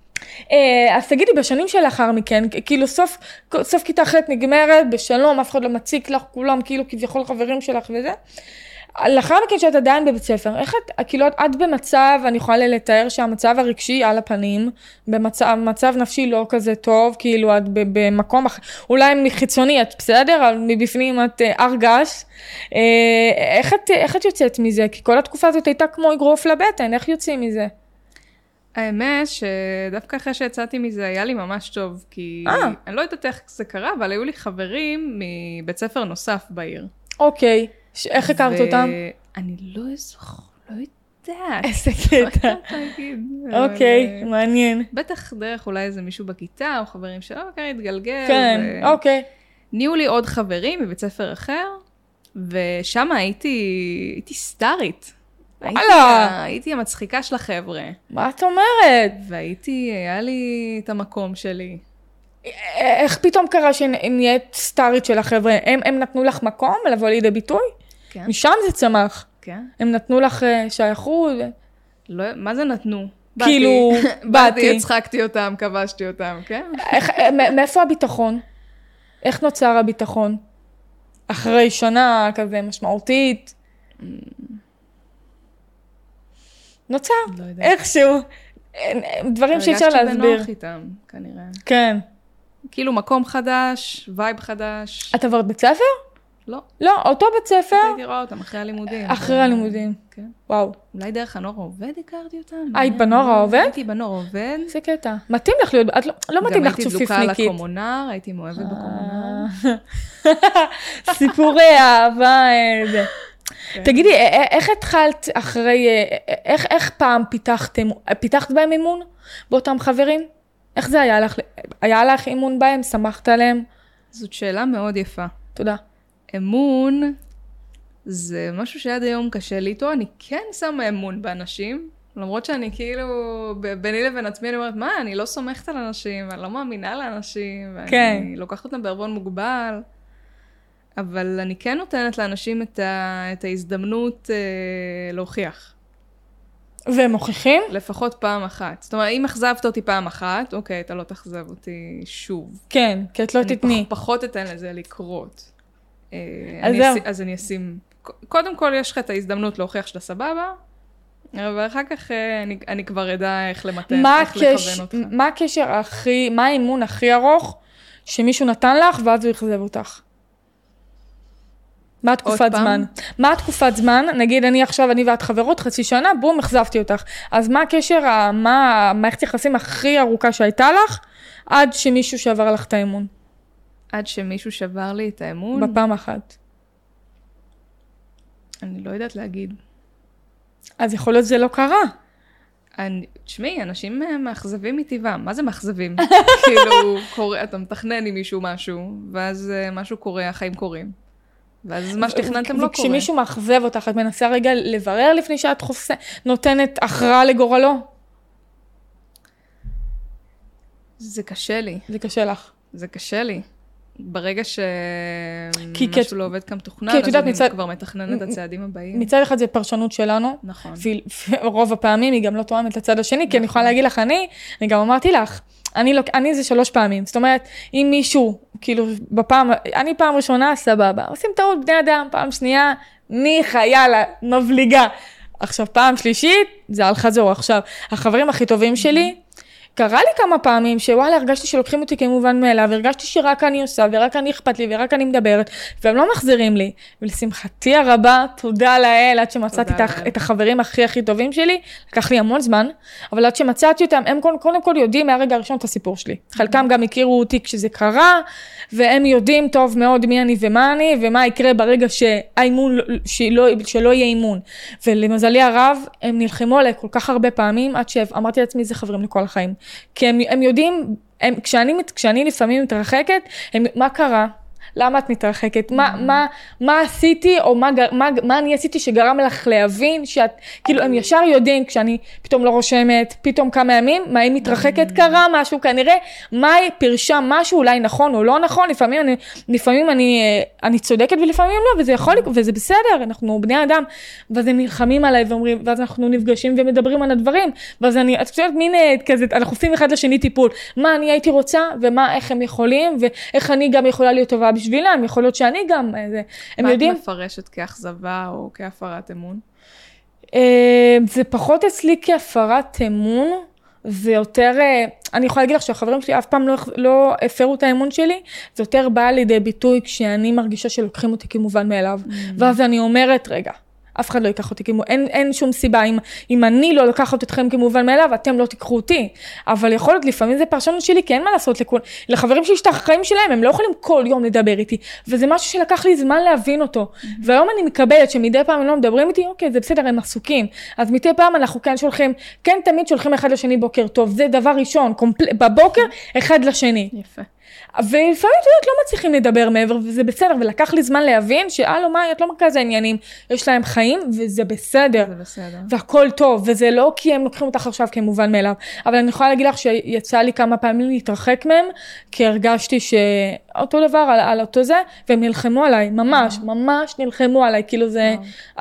אז תגידי, בשנים שלאחר מכן, כאילו סוף, סוף כיתה ח' נגמרת, בשלום, אף אחד לא מציק לך, כולם כאילו כביכול חברים שלך וזה. לאחר מכן שאת עדיין בבית ספר, איך את, כאילו את במצב, אני יכולה לתאר שהמצב הרגשי על הפנים, במצב מצב נפשי לא כזה טוב, כאילו את במקום, אולי מחיצוני את בסדר, אבל מבפנים את הרגש. איך את, איך את יוצאת מזה? כי כל התקופה הזאת הייתה כמו אגרוף לבטן, איך יוצאים מזה? האמת שדווקא אחרי שיצאתי מזה היה לי ממש טוב, כי 아. אני לא יודעת איך זה קרה, אבל היו לי חברים מבית ספר נוסף בעיר. אוקיי. איך הכרת אותם? אני לא זוכר, לא יודעת. איזה קטע. אוקיי, מעניין. בטח דרך אולי איזה מישהו בכיתה, או חברים שלא, אוקיי, התגלגל. כן, אוקיי. נהיו לי עוד חברים מבית ספר אחר, ושם הייתי סטארית. וואלה. הייתי המצחיקה של החבר'ה. מה את אומרת? והייתי, היה לי את המקום שלי. איך פתאום קרה שנהיית סטארית של החבר'ה? הם, הם נתנו לך מקום לבוא לידי ביטוי? כן. משם זה צמח. כן. הם נתנו לך שייכות? לא, מה זה נתנו? כאילו, באתי. הצחקתי אותם, כבשתי אותם, כן? איך, מאיפה הביטחון? איך נוצר הביטחון? אחרי שנה כזה משמעותית? נוצר, לא יודע. איכשהו. דברים שאפשר להסביר. הרגשתי בנוח איתם, כנראה. כן. כאילו מקום חדש, וייב חדש. את עברת בית ספר? לא. לא, אותו בית ספר. הייתי רואה אותם אחרי הלימודים. אחרי הלימודים. כן. וואו. אולי דרך הנוער העובד הכרתי אותם? היית בנוער העובד? הייתי בנוער העובד. זה קטע. מתאים לך להיות, את לא מתאים לך צופיפניקית. גם הייתי דלוקה לקומונר, הייתי מאוהבת בקומונר. סיפורי אהבה, זה. תגידי, איך התחלת אחרי, איך, איך פעם פיתחתם, פיתחת בהם אימון באותם חברים? איך זה היה לך? היה לך אימון בהם? שמחת עליהם? זאת שאלה מאוד יפה. תודה. אמון זה משהו שעד היום קשה לי איתו, אני כן שמה אמון באנשים, למרות שאני כאילו, ביני לבין עצמי אני אומרת, מה, אני לא סומכת על אנשים, אני לא מאמינה לאנשים, ואני כן. לוקחת אותם בערבון מוגבל. אבל אני כן נותנת לאנשים את, ה, את ההזדמנות אה, להוכיח. והם מוכיחים? לפחות פעם אחת. זאת אומרת, אם אכזבת אותי פעם אחת, אוקיי, אתה לא תאכזב אותי שוב. כן, כי את לא תתני. אני פח, פחות אתן לזה לקרות. אז אני זהו. אשים, אז אני אשים... קודם כל יש לך את ההזדמנות להוכיח שאתה סבבה, ואחר כך אני, אני כבר אדע איך למתן, איך הקש... לכוון אותך. מה הקשר הכי, מה האימון הכי ארוך שמישהו נתן לך ואז הוא יחזב אותך? מה התקופת זמן? מה התקופת זמן? נגיד, אני עכשיו, אני ואת חברות, חצי שנה, בום, החזבתי אותך. אז מה הקשר, מה המערכת יחסים הכי ארוכה שהייתה לך, עד שמישהו שבר לך את האמון? עד שמישהו שבר לי את האמון? בפעם אחת. אני לא יודעת להגיד. אז יכול להיות זה לא קרה. אני, תשמעי, אנשים מאכזבים מטבעם. מה זה מאכזבים? כאילו, קורא, אתה מתכנן עם מישהו משהו, ואז משהו קורה, החיים קורים. ואז מה שתכננתם לא קורה. וכשמישהו מאכזב אותך, את מנסה רגע לברר לפני שאת חופסה, נותנת הכרעה לגורלו? זה קשה לי. זה קשה לך. זה קשה לי. ברגע שמשהו לא עובד כמתוכנן, אז אני כבר מתכנן את הצעדים הבאים. מצד אחד זה פרשנות שלנו. נכון. רוב הפעמים היא גם לא תואמת לצד השני, כי אני יכולה להגיד לך, אני, אני גם אמרתי לך, אני, לא, אני זה שלוש פעמים. זאת אומרת, אם מישהו, כאילו, בפעם, אני פעם ראשונה, סבבה. עושים טעות בני אדם, פעם שנייה, ניחא, יאללה, מבליגה. עכשיו, פעם שלישית, זה על חזור. עכשיו, החברים הכי טובים שלי, קרה לי כמה פעמים שוואלה, הרגשתי שלוקחים אותי כמובן מאליו, הרגשתי שרק אני עושה, ורק אני אכפת לי, ורק אני מדברת, והם לא מחזירים לי. ולשמחתי הרבה, תודה לאל, עד שמצאתי את החברים הכי הכי טובים שלי, לקח לי המון זמן, אבל עד שמצאתי אותם, הם קודם כל יודעים מהרגע הראשון את הסיפור שלי. חלקם גם הכירו אותי כשזה קרה, והם יודעים טוב מאוד מי אני ומה אני, ומה יקרה ברגע שהאימון, שלא, שלא יהיה אימון. ולמזלי הרב, הם נלחמו עליי כל כך הרבה פעמים, עד שאמרתי לעצמי, זה חברים לכל החיים. כי הם, הם יודעים, הם, כשאני, כשאני לפעמים מתרחקת, הם, מה קרה? למה את מתרחקת? מה, מה, מה עשיתי, או מה, מה, מה אני עשיתי שגרם לך להבין שאת, כאילו, הם ישר יודעים, כשאני פתאום לא רושמת, פתאום כמה ימים, מה היא מתרחקת, קרה משהו, כנראה, מה היא פרשה משהו, אולי נכון או לא נכון, לפעמים אני, לפעמים אני, אני צודקת ולפעמים לא, וזה יכול, וזה בסדר, אנחנו בני אדם, ואז הם נלחמים עליי ואומרים, ואז אנחנו נפגשים ומדברים על הדברים, ואז אני, את חושבת, מין כזה, אנחנו עושים אחד לשני טיפול, מה אני הייתי רוצה, ומה, איך הם יכולים, ואיך אני גם יכולה להיות טובה בשבילם, יכול להיות שאני גם, הם יודעים. מה את מפרשת כאכזבה או כהפרת אמון? זה פחות אצלי כהפרת אמון, זה יותר, אני יכולה להגיד לך שהחברים שלי אף פעם לא, לא הפרו את האמון שלי, זה יותר בא לידי ביטוי כשאני מרגישה שלוקחים אותי כמובן מאליו, mm-hmm. ואז אני אומרת, רגע, אף אחד לא ייקח אותי כמובן, אין, אין שום סיבה, אם, אם אני לא לקחת אתכם כמובן מאליו, אתם לא תיקחו אותי, אבל יכול להיות, לפעמים זה פרשנות שלי, כי אין מה לעשות לכול, לחברים שלי שאת החיים שלהם, הם לא יכולים כל יום לדבר איתי, וזה משהו שלקח לי זמן להבין אותו, mm-hmm. והיום אני מקבלת שמדי פעם הם לא מדברים איתי, אוקיי, זה בסדר, הם עסוקים, אז מדי פעם אנחנו כן שולחים, כן תמיד שולחים אחד לשני בוקר טוב, זה דבר ראשון, קומפל... בבוקר אחד לשני. יפה. ולפעמים את לא מצליחים לדבר מעבר, וזה בסדר, ולקח לי זמן להבין שאלו מה, את לא מרכז העניינים, יש להם חיים, וזה בסדר. זה בסדר. והכל טוב, וזה לא כי הם לוקחים אותך עכשיו כמובן מאליו, אבל אני יכולה להגיד לך שיצא לי כמה פעמים להתרחק מהם, כי הרגשתי שאותו דבר על, על אותו זה, והם נלחמו עליי, ממש, ממש נלחמו עליי, כאילו זה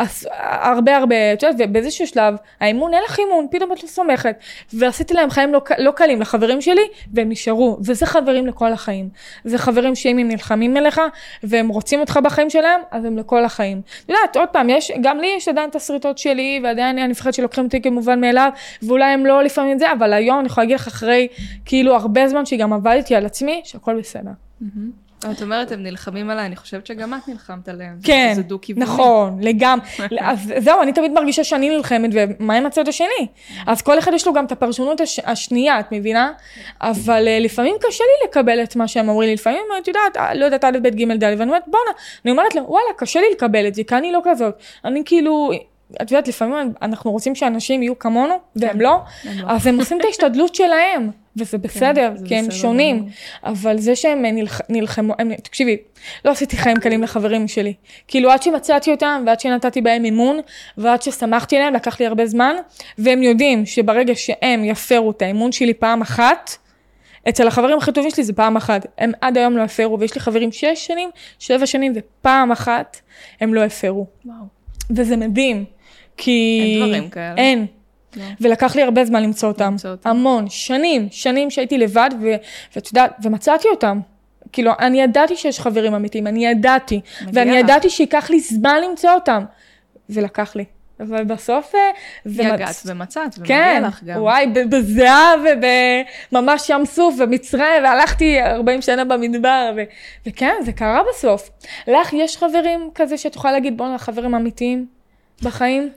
הרבה הרבה, ובאיזשהו שלב, האימון, אין לך אימון, פתאום את לא סומכת, ועשיתי להם חיים לא, לא קלים לחברים שלי, והם נשארו, וזה חברים לכל החיים. זה חברים שאם הם נלחמים אליך, והם רוצים אותך בחיים שלהם, אז הם לכל החיים. אתה יודעת, עוד פעם, יש, גם לי יש עדיין את הסריטות שלי, ועדיין אני מפחד שלוקחים אותי כמובן מאליו, ואולי הם לא לפעמים את זה, אבל היום אני יכולה להגיד לך אחרי, כאילו הרבה זמן שגם עבדתי על עצמי, שהכל בסדר. את אומרת, הם נלחמים עליי, אני חושבת שגם את נלחמת עליהם. כן, זה דו-כיווני. נכון, לגמרי. אז זהו, אני תמיד מרגישה שאני נלחמת, ומה עם הצד השני? אז כל אחד יש לו גם את הפרשנות הש... השנייה, את מבינה? אבל לפעמים קשה לי לקבל את מה שהם אומרים לי, לפעמים, את יודעת, לא יודעת, א' ב' ג' ד', ואני אומרת, בוא'נה, אני אומרת לו, וואלה, קשה לי לקבל את זה, כי אני לא כזאת. אני כאילו, את יודעת, לפעמים אנחנו רוצים שאנשים יהיו כמונו, והם לא, אז הם עושים את ההשתדלות שלהם. וזה בסדר, כי הם שונים, אבל זה שהם נלחמו, תקשיבי, לא עשיתי חיים קלים לחברים שלי, כאילו עד שמצאתי אותם, ועד שנתתי בהם אימון, ועד ששמחתי להם, לקח לי הרבה זמן, והם יודעים שברגע שהם יפרו את האימון שלי פעם אחת, אצל החברים הכי טובים שלי זה פעם אחת, הם עד היום לא יפרו, ויש לי חברים שש שנים, שבע שנים, ופעם אחת הם לא יפרו. וואו. וזה מדהים, כי... אין דברים כאלה. אין. ולקח לי הרבה זמן למצוא אותם, המון, שנים, שנים שהייתי לבד, ואת יודעת, ומצאתי אותם, כאילו, אני ידעתי שיש חברים אמיתיים, אני ידעתי, ואני ידעתי שיקח לי זמן למצוא אותם, ולקח לי, אבל בסוף... יגעת ומצאת, כן, ומגיע לך גם. וואי, בזיעה ובממש ים סוף ומצרים, והלכתי ארבעים שנה במדבר, ו... וכן, זה קרה בסוף. לך יש חברים כזה שאת יכולה להגיד, בואו, חברים אמיתיים בחיים?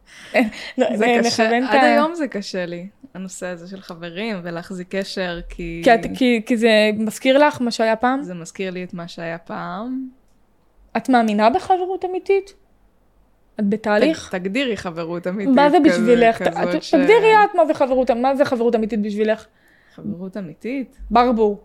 זה קשה, עד היום זה קשה לי, הנושא הזה של חברים ולהחזיק קשר, כי... כי, כי, כי זה מזכיר לך מה שהיה פעם? זה מזכיר לי את מה שהיה פעם. את מאמינה בחברות אמיתית? את בתהליך? תגדירי חברות אמיתית. מה זה בשבילך? תגדירי את מה זה חברות, מה זה חברות אמיתית בשבילך? חברות אמיתית? ברבור.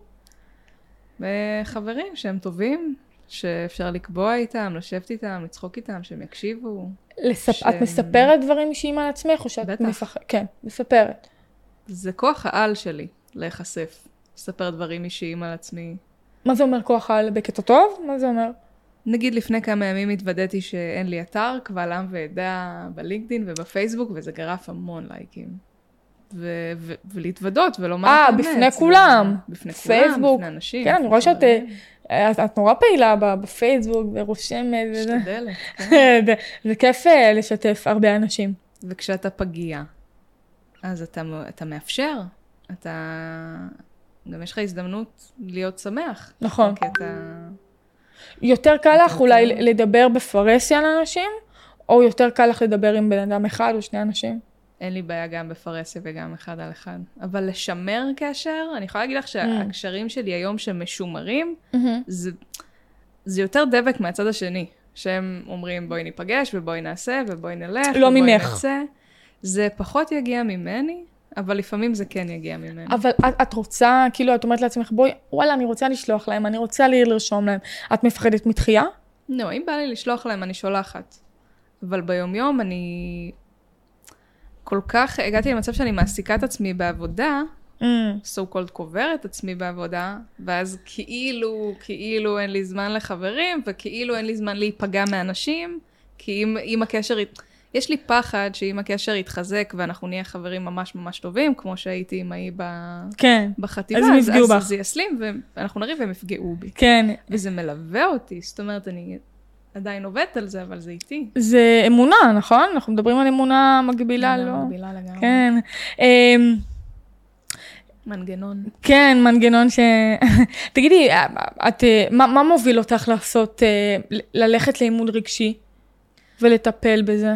חברים שהם טובים, שאפשר לקבוע איתם, לשבת איתם, לצחוק איתם, שהם יקשיבו. את מספרת דברים אישיים על עצמך, או שאת מפחדת? כן, מספרת. זה כוח העל שלי, להיחשף. לספר דברים אישיים על עצמי. מה זה אומר כוח העל? בקטע טוב? מה זה אומר? נגיד לפני כמה ימים התוודעתי שאין לי אתר, קבל עם ועדה בלינקדין ובפייסבוק, וזה גרף המון לייקים. ו- ו- ולהתוודות ולומר את האמת. אה, בפני כולם. בפני כולם, פייסבוק. בפני אנשים. כן, אני רואה שאת את, את נורא פעילה בפייסבוק, ורושמת. משתדלת. כן. זה כיף לשתף הרבה אנשים. וכשאתה פגיע, אז אתה, אתה מאפשר, אתה... גם יש לך הזדמנות להיות שמח. נכון. כי אתה... יותר קל לך אולי לדבר בפרסיה על אנשים, או יותר קל לך לדבר עם בן אדם אחד או שני אנשים? אין לי בעיה גם בפרסיה וגם אחד על אחד. אבל לשמר קשר, אני יכולה להגיד לך שהקשרים שלי היום שמשומרים, זה, זה יותר דבק מהצד השני. שהם אומרים בואי ניפגש ובואי נעשה ובואי נלך לא ובואי ממך. נצא. זה פחות יגיע ממני, אבל לפעמים זה כן יגיע ממני. אבל את, את רוצה, כאילו את אומרת לעצמך, בואי, וואלה, אני רוצה לשלוח להם, אני רוצה לרשום להם. את מפחדת מתחייה? לא, אם בא לי לשלוח להם, אני שולחת. אבל ביום יום אני כל כך, הגעתי למצב שאני מעסיקה את עצמי בעבודה, mm. so called קובר את עצמי בעבודה, ואז כאילו, כאילו אין לי זמן לחברים, וכאילו אין לי זמן להיפגע מאנשים, כי אם, אם הקשר... יש לי פחד שאם הקשר יתחזק ואנחנו נהיה חברים ממש ממש טובים, כמו שהייתי עם ההיא כן. בחטיבה, אז, אז, אז אז זה יסלים ואנחנו נריב והם יפגעו בי. כן. וזה מלווה אותי, זאת אומרת, אני עדיין עובדת על זה, אבל זה איתי. זה אמונה, נכון? אנחנו מדברים על אמונה מגבילה, אמונה לא? מגבילה לגמרי. כן. מנגנון. כן, מנגנון ש... תגידי, את, מה, מה מוביל אותך לעשות, ללכת לאימון רגשי ולטפל בזה?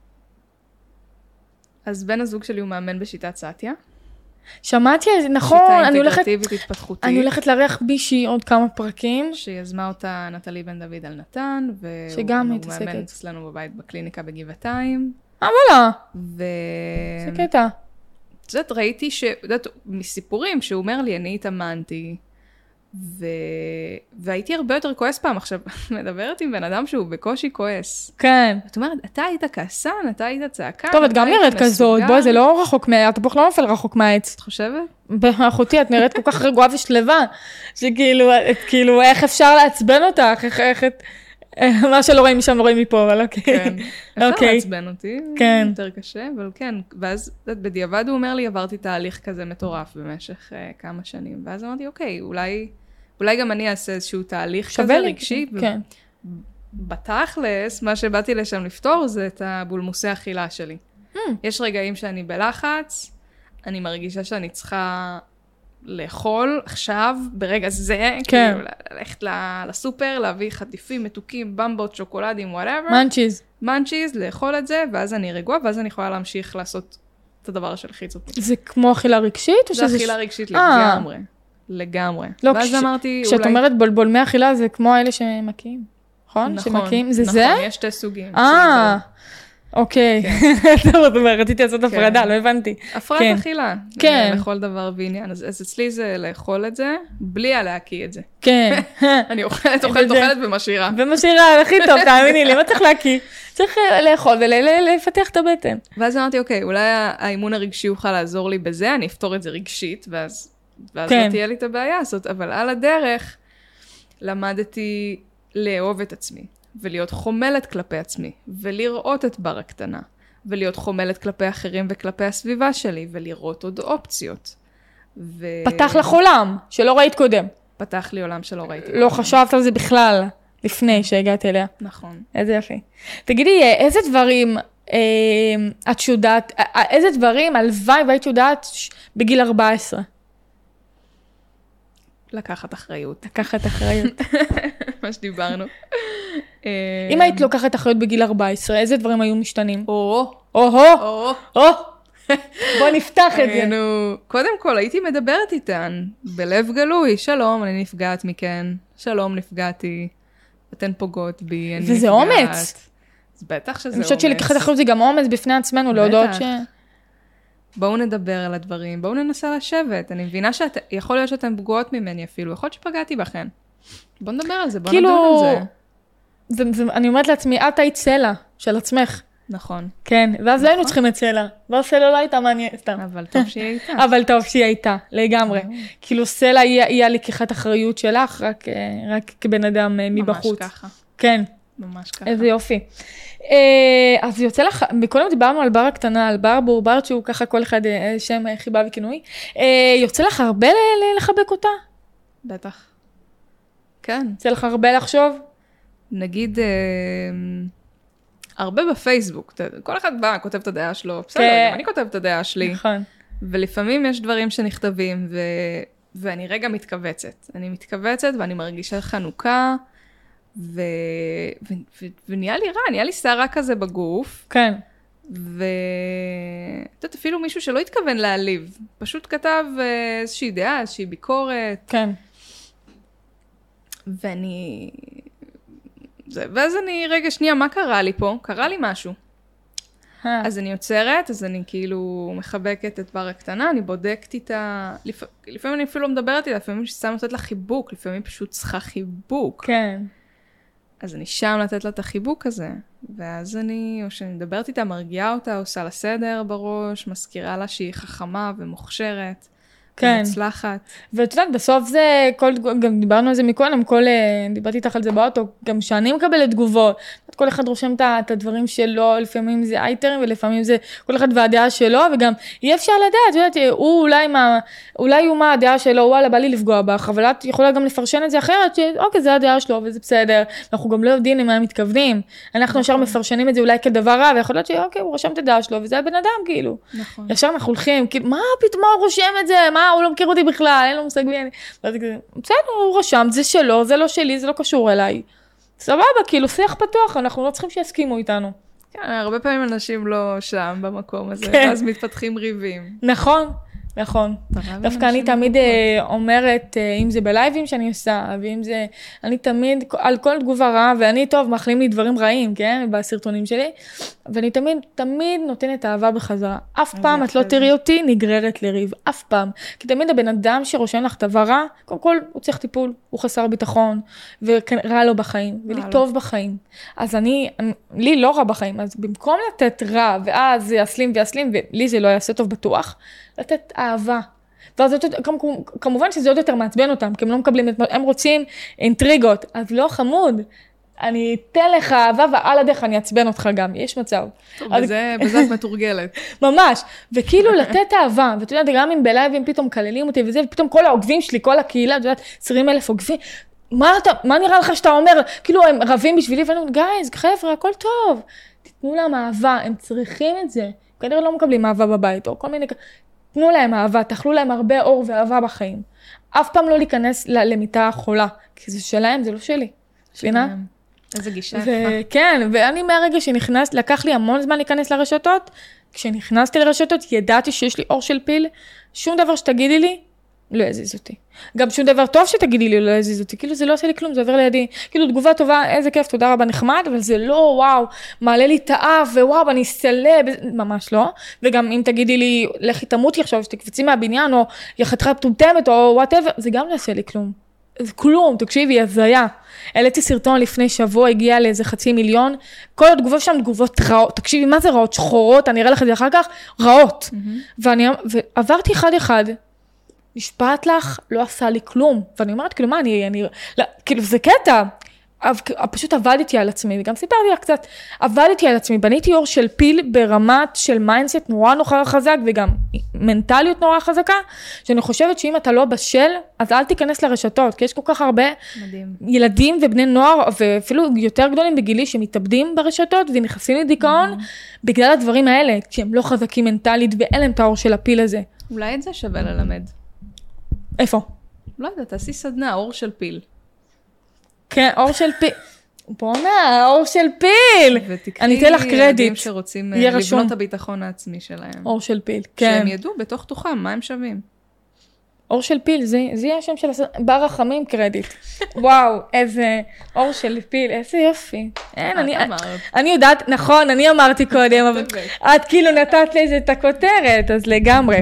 אז בן הזוג שלי הוא מאמן בשיטת סאטיה. שמעתי על זה, נכון. שיטה אני הולכת, אינטגרטיבית התפתחותית. אני הולכת לארח בישי עוד כמה פרקים. שיזמה אותה נטלי בן דוד על נתן. שגם הוא מתעסקת. מאמן אצלנו בבית בקליניקה בגבעתיים. אה, וואלה. ו... זה קטע. זאת ראיתי ש... יודעת, מסיפורים שהוא אומר לי, אני התאמנתי. ו... והייתי הרבה יותר כועס פעם. עכשיו, מדברת עם בן אדם שהוא בקושי כועס. כן. את אומרת, אתה היית כעסן, אתה היית צעקן. טוב, את גם נראית כזאת, בואי, זה לא רחוק מה... התפוח לא נופל רחוק מהעץ. את חושבת? באחותי, את נראית כל כך רגועה ושלווה, שכאילו, את, כאילו, איך אפשר לעצבן אותך, איך, איך את... מה שלא רואים משם, לא רואים מפה, אבל אוקיי. כן. אפשר לעצבן אותי, כן. יותר קשה, אבל כן. ואז, בדיעבד הוא אומר לי, עברתי תהליך כזה מטורף במשך כמה שנים. ואז אמרתי, אוקיי, אולי... אולי גם אני אעשה איזשהו תהליך כזה רגשי. כן. בתכלס, מה שבאתי לשם לפתור זה את הבולמוסי אכילה שלי. Mm. יש רגעים שאני בלחץ, אני מרגישה שאני צריכה לאכול עכשיו, ברגע זה, כן. כאילו ללכת לסופר, להביא חטיפים, מתוקים, במבות, שוקולדים, whatever. מנצ'יז. מנצ'יז, לאכול את זה, ואז אני רגועה, ואז אני יכולה להמשיך לעשות את הדבר שלחיץ אותי. זה כמו אכילה רגשית? זה אכילה רגשית לגמרי. לגמרי. לא, ואז כש... אמרתי, כשאת אולי... אומרת בולבול מאכילה, זה כמו האלה שמקים, נכון? נכון, שמקים, זה נכון, זה? נכון, יש שתי סוגים. אה, אוקיי. זאת אומרת, רציתי לעשות הפרדה, לא הבנתי. הפרעת כן. אכילה. כן. לכל דבר ועניין. אז, אז אצלי זה לאכול את זה, בלי להקיא את זה. כן. אני אוכלת, אוכלת, אוכלת ומשאירה. ומשאירה, הכי טוב, תאמיני לי, מה צריך להקיא? צריך לאכול ולפתח את הבטן. ואז אמרתי, אוקיי, אולי האימון הרגשי יוכל לעזור לי בזה, אני אפתור את זה רגשית, ואז... ואז כן. לא תהיה לי את הבעיה הזאת, אבל על הדרך למדתי לאהוב את עצמי, ולהיות חומלת כלפי עצמי, ולראות את בר הקטנה, ולהיות חומלת כלפי אחרים וכלפי הסביבה שלי, ולראות עוד אופציות. ו... פתח לך עולם, שלא ראית קודם. פתח לי עולם שלא ראיתי. לא חשבת על זה בכלל, לפני שהגעת אליה. נכון. איזה יפי. תגידי, איזה דברים את יודעת, איזה דברים, הלוואי והיית יודעת בגיל ארבע עשרה. לקחת אחריות. לקחת אחריות. מה שדיברנו. אם היית לוקחת אחריות בגיל ארבע עשרה, איזה דברים היו משתנים? או, או, או, או. בוא נפתח את זה. קודם כל, הייתי מדברת איתן, בלב גלוי, שלום, אני נפגעת מכן, שלום, נפגעתי, אתן פוגעות בי, אני נפגעת. וזה אומץ. אז בטח שזה אומץ. אני חושבת שלקחת אחריות זה גם אומץ בפני עצמנו, להודות ש... בואו נדבר על הדברים, בואו ננסה לשבת. אני מבינה שיכול להיות שאתן פגועות ממני אפילו, יכול להיות שפגעתי בכן. בואו נדבר על זה, בואו נדון על זה. אני אומרת לעצמי, את היית סלע של עצמך. נכון. כן, ואז לא היינו צריכים את סלע. ואז סלע לא הייתה מעניין, סתם. אבל טוב שהיא הייתה. אבל טוב שהיא הייתה, לגמרי. כאילו סלע היא הלקיחת אחריות שלך, רק כבן אדם מבחוץ. ממש ככה. כן. ממש ככה. איזה יופי. אז יוצא לך, מקודם דיברנו על בר הקטנה, על בר בורברט, שהוא ככה כל אחד שם חיבה וכינוי. יוצא לך הרבה לחבק אותה? בטח. כן. יוצא לך הרבה לחשוב? נגיד, הרבה בפייסבוק. כל אחד בא, כותב את הדעה שלו. בסדר, גם אני כותב את הדעה שלי. נכון. ולפעמים יש דברים שנכתבים, ואני רגע מתכווצת. אני מתכווצת ואני מרגישה חנוכה, ו... ו... ו... ונהיה לי רע, נהיה לי שערה כזה בגוף. כן. ו... אתה יודעת, אפילו מישהו שלא התכוון להעליב, פשוט כתב איזושהי דעה, איזושהי ביקורת. כן. ואני... זה... ואז אני, רגע, שנייה, מה קרה לי פה? קרה לי משהו. אז אני יוצרת, אז אני כאילו מחבקת את בר הקטנה, אני בודקת איתה, לפ... לפעמים אני אפילו לא מדברת איתה, לפעמים אני שם לתת לה חיבוק, לפעמים פשוט צריכה חיבוק. כן. אז אני שם לתת לה את החיבוק הזה, ואז אני, או שאני מדברת איתה, מרגיעה אותה, עושה לה סדר בראש, מזכירה לה שהיא חכמה ומוכשרת, כן. ומצלחת. ואת יודעת, בסוף זה, כל, גם דיברנו על זה מקודם, כל, דיברתי איתך על זה באוטו, גם שאני מקבלת תגובות, כל אחד רושם את הדברים שלו, לפעמים זה אייטרים, ולפעמים זה כל אחד והדעה שלו, וגם אי אפשר לדעת, את יודעת, הוא אולי מה, אולי הוא מה הדעה שלו, וואלה, בא לי לפגוע בך, אבל את יכולה גם לפרשן את זה אחרת, שאוקיי, זה הדעה שלו, וזה בסדר, אנחנו גם לא יודעים למה הם מתכוונים, אנחנו ישר מפרשנים את זה אולי כדבר רע, ויכול להיות שאוקיי, הוא רשם את הדעה שלו, וזה הבן אדם, כאילו. נכון. ישר אנחנו הולכים, כאילו, מה פתאום הוא רושם את זה? מה, הוא לא מכיר אותי בכלל, אין לו מושג בי. בסדר, הוא רשם, זה שלו, זה לא שלי, זה לא קשור אליי. סבבה, כאילו שיח פתוח, אנחנו לא צריכים שיסכימו איתנו. כן, הרבה פעמים אנשים לא שם במקום הזה, ואז מתפתחים ריבים. נכון, נכון. דווקא אני תמיד אומרת, אם זה בלייבים שאני עושה, ואם זה, אני תמיד, על כל תגובה רעה, ואני טוב, מאכלים לי דברים רעים, כן, בסרטונים שלי, ואני תמיד, תמיד נותנת אהבה בחזרה. אף פעם את לא תראי אותי נגררת לריב, אף פעם. כי תמיד הבן אדם שרושם לך דבר רע, קודם כל הוא צריך טיפול, הוא חסר ביטחון, ורע לו בחיים, ולי טוב בחיים. אז אני, לי לא רע בחיים, אז במקום לתת רע, ואז זה יסלים ויסלים, ולי זה לא יעשה טוב בטוח, לתת אהבה. ואז כמובן שזה עוד יותר מעצבן אותם, כי הם לא מקבלים את מה, הם רוצים אינטריגות, אז לא חמוד. אני אתן לך אהבה ועל הדרך אני אעצבן אותך גם, יש מצב. טוב, בזה, בזה את מתורגלת. ממש, וכאילו לתת אהבה, ואתה יודעת, גם אם בלייבים פתאום כללים אותי וזה, ופתאום כל העוקבים שלי, כל הקהילה, אתה יודעת, עשרים אלף עוקבים, מה אתה, מה נראה לך שאתה אומר, כאילו הם רבים בשבילי, ואני אומרת, גייז, חבר'ה, הכל טוב, תתנו להם אהבה, הם צריכים את זה, כנראה לא מקבלים אהבה בבית, או כל מיני, תנו להם אהבה, תאכלו להם הרבה אור ואהבה בחיים. אף פעם לא להיכנס למיטה החולה, כי זה שלהם, זה לא שלי. שבינה? איזה גישה יפה. כן, ואני מהרגע שנכנס, לקח לי המון זמן להיכנס לרשתות, כשנכנסתי לרשתות, ידעתי שיש לי אור של פיל, שום דבר שתגידי לי, לא יזיז אותי. גם שום דבר טוב שתגידי לי, לא יזיז אותי. כאילו זה לא עושה לי כלום, זה עובר לידי. כאילו תגובה טובה, איזה כיף, תודה רבה, נחמד, אבל זה לא, וואו, מעלה לי את האף, ווואו, אני סלב, ממש לא. וגם אם תגידי לי, לכי תמותי עכשיו, שתקפצי מהבניין, או יחתך פטומטמת, או whatever, זה גם לא עושה לי כלום. זה כלום, תקשיבי, הזיה. העליתי סרטון לפני שבוע, הגיע לאיזה חצי מיליון, כל התגובות שם תגובות רעות, תקשיבי, מה זה רעות? שחורות, אני אראה לך את זה אחר כך, רעות. ואני, ועברתי אחד אחד, נשפעת לך, לא עשה לי כלום. ואני אומרת, כאילו, מה, אני, אני, לא, כאילו, זה קטע. פשוט עבדתי על עצמי, וגם סיפרתי לך קצת, עבדתי על עצמי, בניתי אור של פיל ברמת של מיינדסט נורא נורא חזק, וגם מנטליות נורא חזקה, שאני חושבת שאם אתה לא בשל, אז אל תיכנס לרשתות, כי יש כל כך הרבה מדהים. ילדים ובני נוער, ואפילו יותר גדולים בגילי, שמתאבדים ברשתות, ונכנסים לדיכאון, mm-hmm. בגלל הדברים האלה, שהם לא חזקים מנטלית, ואין להם את האור של הפיל הזה. אולי את זה שווה ללמד. איפה? לא יודעת, תעשי סדנה, אור של פיל. כן, אור של פיל. בונה, אור של פיל. אני אתן לך קרדיט. ותקחי ילדים שרוצים לבנות את הביטחון העצמי שלהם. אור של פיל, כן. שהם ידעו בתוך תוכם מה הם שווים. אור של פיל, זה יהיה השם של בר רחמים קרדיט. וואו, איזה אור של פיל, איזה יופי. אין, אני, אני יודעת, נכון, אני אמרתי קודם, אבל את כאילו נתת לזה את הכותרת, אז לגמרי.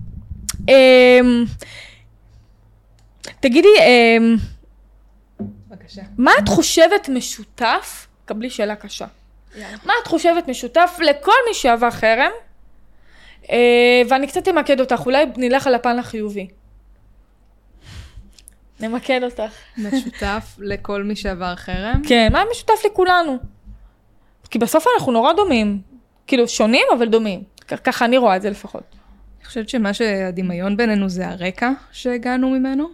תגידי, בבקשה. מה את חושבת משותף? קבלי שאלה קשה. מה את חושבת משותף לכל מי שעבר חרם? ואני קצת אמקד אותך, אולי נלך על הפן החיובי. נמקד אותך. משותף לכל מי שעבר חרם? כן, מה משותף לכולנו? כי בסוף אנחנו נורא דומים. כאילו שונים, אבל דומים. ככה אני רואה את זה לפחות. אני חושבת שמה שהדמיון בינינו זה הרקע שהגענו ממנו.